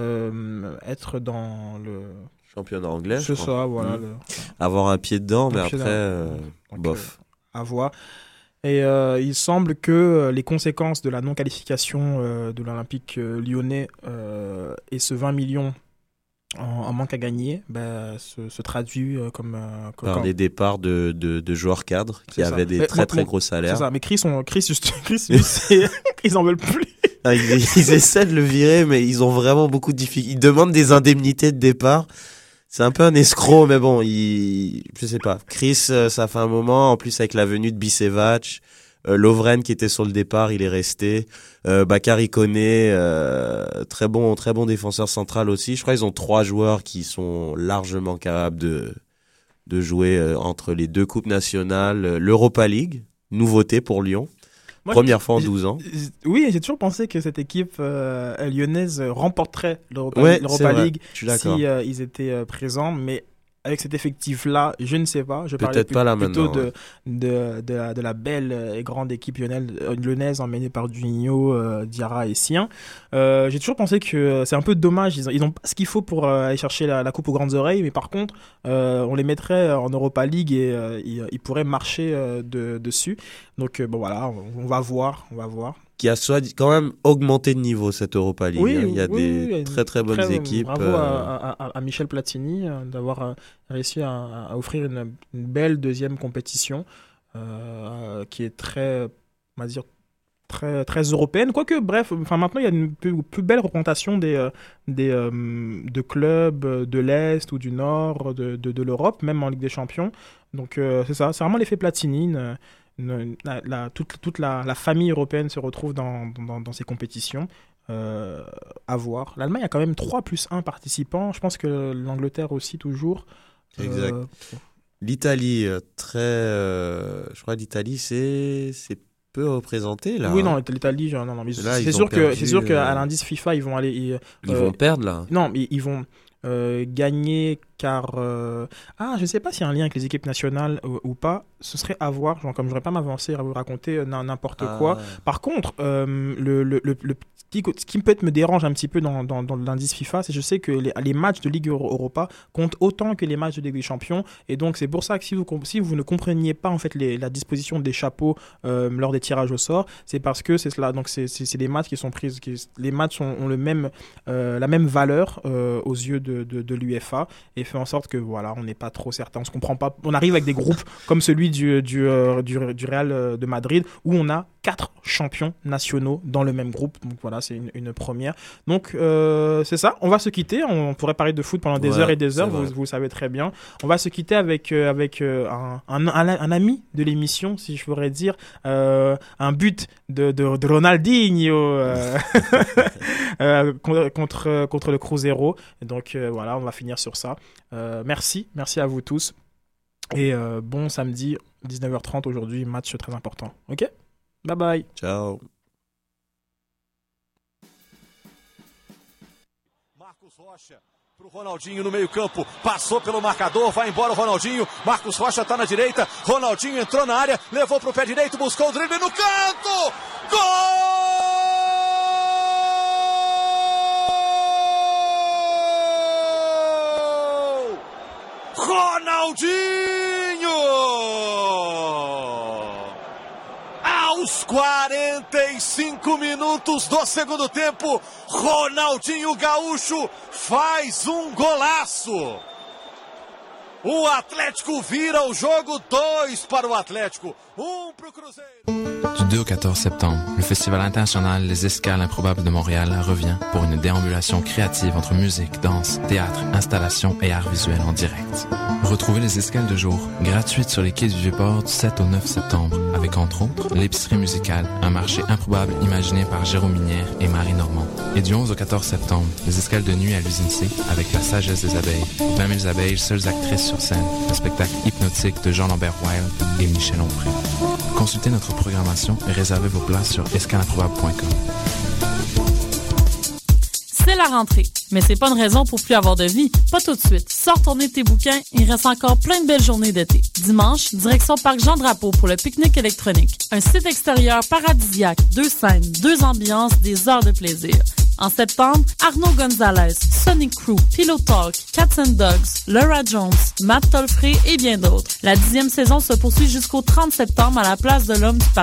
S7: euh, être dans le...
S8: championnat anglais.
S7: C'est ça, voilà.
S8: Mmh.
S7: Le...
S8: Avoir un pied dedans,
S7: un
S8: mais
S7: pied
S8: après,
S7: dedans.
S8: euh,
S7: Donc,
S8: bof.
S7: Euh, à voir. Et euh, il semble que les conséquences de la non-qualification euh, de l'Olympique euh, lyonnais euh, et ce vingt millions en, en manque à gagner ben, se, se traduit euh, comme... Euh, comme
S8: Par
S7: quand...
S8: des départs de, de, de joueurs cadres qui
S7: c'est
S8: avaient
S7: ça.
S8: des
S7: mais,
S8: très
S7: moi,
S8: très
S7: moi,
S8: gros salaires.
S7: C'est ça, mais Chris, on, Chris, juste, Chris c'est... ils en veulent plus.
S8: Ah, ils, ils essaient de le virer, mais ils ont vraiment beaucoup de difficultés. Ils demandent des indemnités de départ. C'est un peu un escroc, mais bon, il, je sais pas. Chris, ça fait un moment. En plus, avec la venue de Bisevac, euh, Lovren qui était sur le départ, il est resté. Euh, Bakary Koné, euh, très bon, très bon défenseur central aussi. Je crois qu'ils ont trois joueurs qui sont largement capables de de jouer euh, entre les deux coupes nationales, l'Europa League, nouveauté pour Lyon. Moi, Première fois en douze ans.
S7: Oui, j'ai toujours pensé que cette équipe euh, lyonnaise remporterait l'Europa,
S8: ouais,
S7: l'Europa League
S8: si
S7: euh, ils étaient euh, présents, mais avec cet effectif-là, je ne sais pas. Je
S8: Peut-être
S7: parlais
S8: pas là
S7: plutôt
S8: maintenant,
S7: de,
S8: ouais.
S7: de, de, la, de la belle et grande équipe lyonnaise, lyonnaise emmenée par Juninho, euh, Diarra et Sien. Euh, j'ai toujours pensé que c'est un peu dommage. Ils ont, ils ont pas ce qu'il faut pour euh, aller chercher la, la coupe aux grandes oreilles, mais par contre, euh, on les mettrait en Europa League et euh, ils, ils pourraient marcher euh, de, dessus. Donc euh, bon voilà, on, on va voir, on va voir.
S8: Qui a soit quand même augmenté de niveau cette Europa League.
S7: Oui,
S8: hein. Il y a
S7: oui,
S8: des
S7: oui,
S8: très très bonnes
S7: très,
S8: équipes.
S7: Bravo
S8: euh...
S7: à, à, à Michel Platini euh, d'avoir euh, réussi à, à offrir une, une belle deuxième compétition euh, qui est très, on va dire, très, très européenne. Quoique, bref, enfin maintenant il y a une plus, plus belle représentation des, euh, des euh, de clubs de l'Est ou du Nord de, de, de l'Europe, même en Ligue des Champions. Donc euh, c'est ça, c'est vraiment l'effet Platini. Une, Une, la, la, toute toute la, la famille européenne se retrouve dans, dans, dans ces compétitions. Euh, à voir. L'Allemagne a quand même trois plus un participants. Je pense que l'Angleterre aussi, toujours.
S8: Exact.
S7: Euh...
S8: L'Italie, très. Euh, je crois que l'Italie, c'est, c'est peu représenté là.
S7: Oui,
S8: hein.
S7: non, l'Italie, non, non, mais
S8: là,
S7: c'est, sûr
S8: perdu,
S7: que, c'est sûr qu'à
S8: euh...
S7: l'indice FIFA, ils vont aller. Ils,
S8: ils
S7: euh,
S8: vont perdre là.
S7: Non, mais ils vont. Euh, gagner car euh... ah je ne sais pas s'il y a un lien avec les équipes nationales ou, ou pas, ce serait à voir, genre, comme je ne voudrais pas m'avancer à vous raconter euh, n'importe
S8: ah.
S7: quoi. Par contre euh, le, le, le, le petit, ce qui peut-être me dérange un petit peu dans, dans, dans l'indice FIFA, c'est que je sais que les, les matchs de Ligue Euro- Europa comptent autant que les matchs de Ligue des Champions, et donc c'est pour ça que si vous, si vous ne compreniez pas en fait les, la disposition des chapeaux euh, lors des tirages au sort, c'est parce que c'est cela, donc c'est, c'est, c'est des matchs qui sont prises, qui, les matchs ont, ont le même, euh, la même valeur euh, aux yeux de De, de, de l'UEFA, et fait en sorte que voilà, on n'est pas trop certain, on se comprend pas. On arrive avec des groupes comme celui du du euh, du, du Real de Madrid où on a quatre champions nationaux dans le même groupe. Donc voilà, c'est une, une première. Donc euh, c'est ça. On va se quitter. On pourrait parler de foot pendant des
S8: ouais,
S7: heures et des heures. Vous, vous le savez très bien. On va se quitter avec euh, avec euh, un, un, un un ami de l'émission, si je pourrais dire, euh, un but de de, de Ronaldinho euh, euh, contre contre le Cruzeiro. Et donc euh, voilà, on va finir sur ça. Euh, merci, merci à vous tous. Et euh, bon samedi dix-neuf heures trente aujourd'hui, match très important. Ok? Bye bye.
S8: Ciao.
S9: Marcos Rocha pro Ronaldinho no meio-campo. Passou pelo marcador, vai embora o Ronaldinho. Marcos Rocha tá na direita. Ronaldinho entrou na área, levou pro pé direito, buscou o drible no canto. Gol! Ronaldinho! Aos quarenta e cinco minutos do segundo tempo, Ronaldinho Gaúcho faz um golaço. O Atlético vira o jogo, dois para o Atlético, um para o Cruzeiro.
S12: Du deux au quatorze septembre, le Festival international Les Escales improbables de Montréal revient pour une déambulation créative entre musique, danse, théâtre, installation et art visuel en direct. Retrouvez les escales de jour, gratuites sur les quais du Vieux-Port du sept au neuf septembre, avec entre autres l'épicerie musicale, un marché improbable imaginé par Jérôme Minière et Marie Normand. Et du onze au quatorze septembre, les escales de nuit à l'usine C, avec la sagesse des abeilles, vingt mille abeilles, seules actrices sur scène, un spectacle hypnotique de Jean-Lambert Wild et Michel Onfray. Consultez notre programmation et réservez vos places sur escale improbable point com.
S1: C'est la rentrée, mais c'est pas une raison pour plus avoir de vie. Pas tout de suite. Sors tourner tes bouquins, il reste encore plein de belles journées d'été. Dimanche, direction Parc Jean-Drapeau pour le pique-nique électronique. Un site extérieur paradisiaque, deux scènes, deux ambiances, des heures de plaisir. En septembre, Arnaud Gonzalez, Sonic Crew, Pillow Talk, Cats and Dogs, Laura Jones, Matt Tolfré et bien d'autres. La dixième saison se poursuit jusqu'au trente septembre à la place de l'Homme du Parc.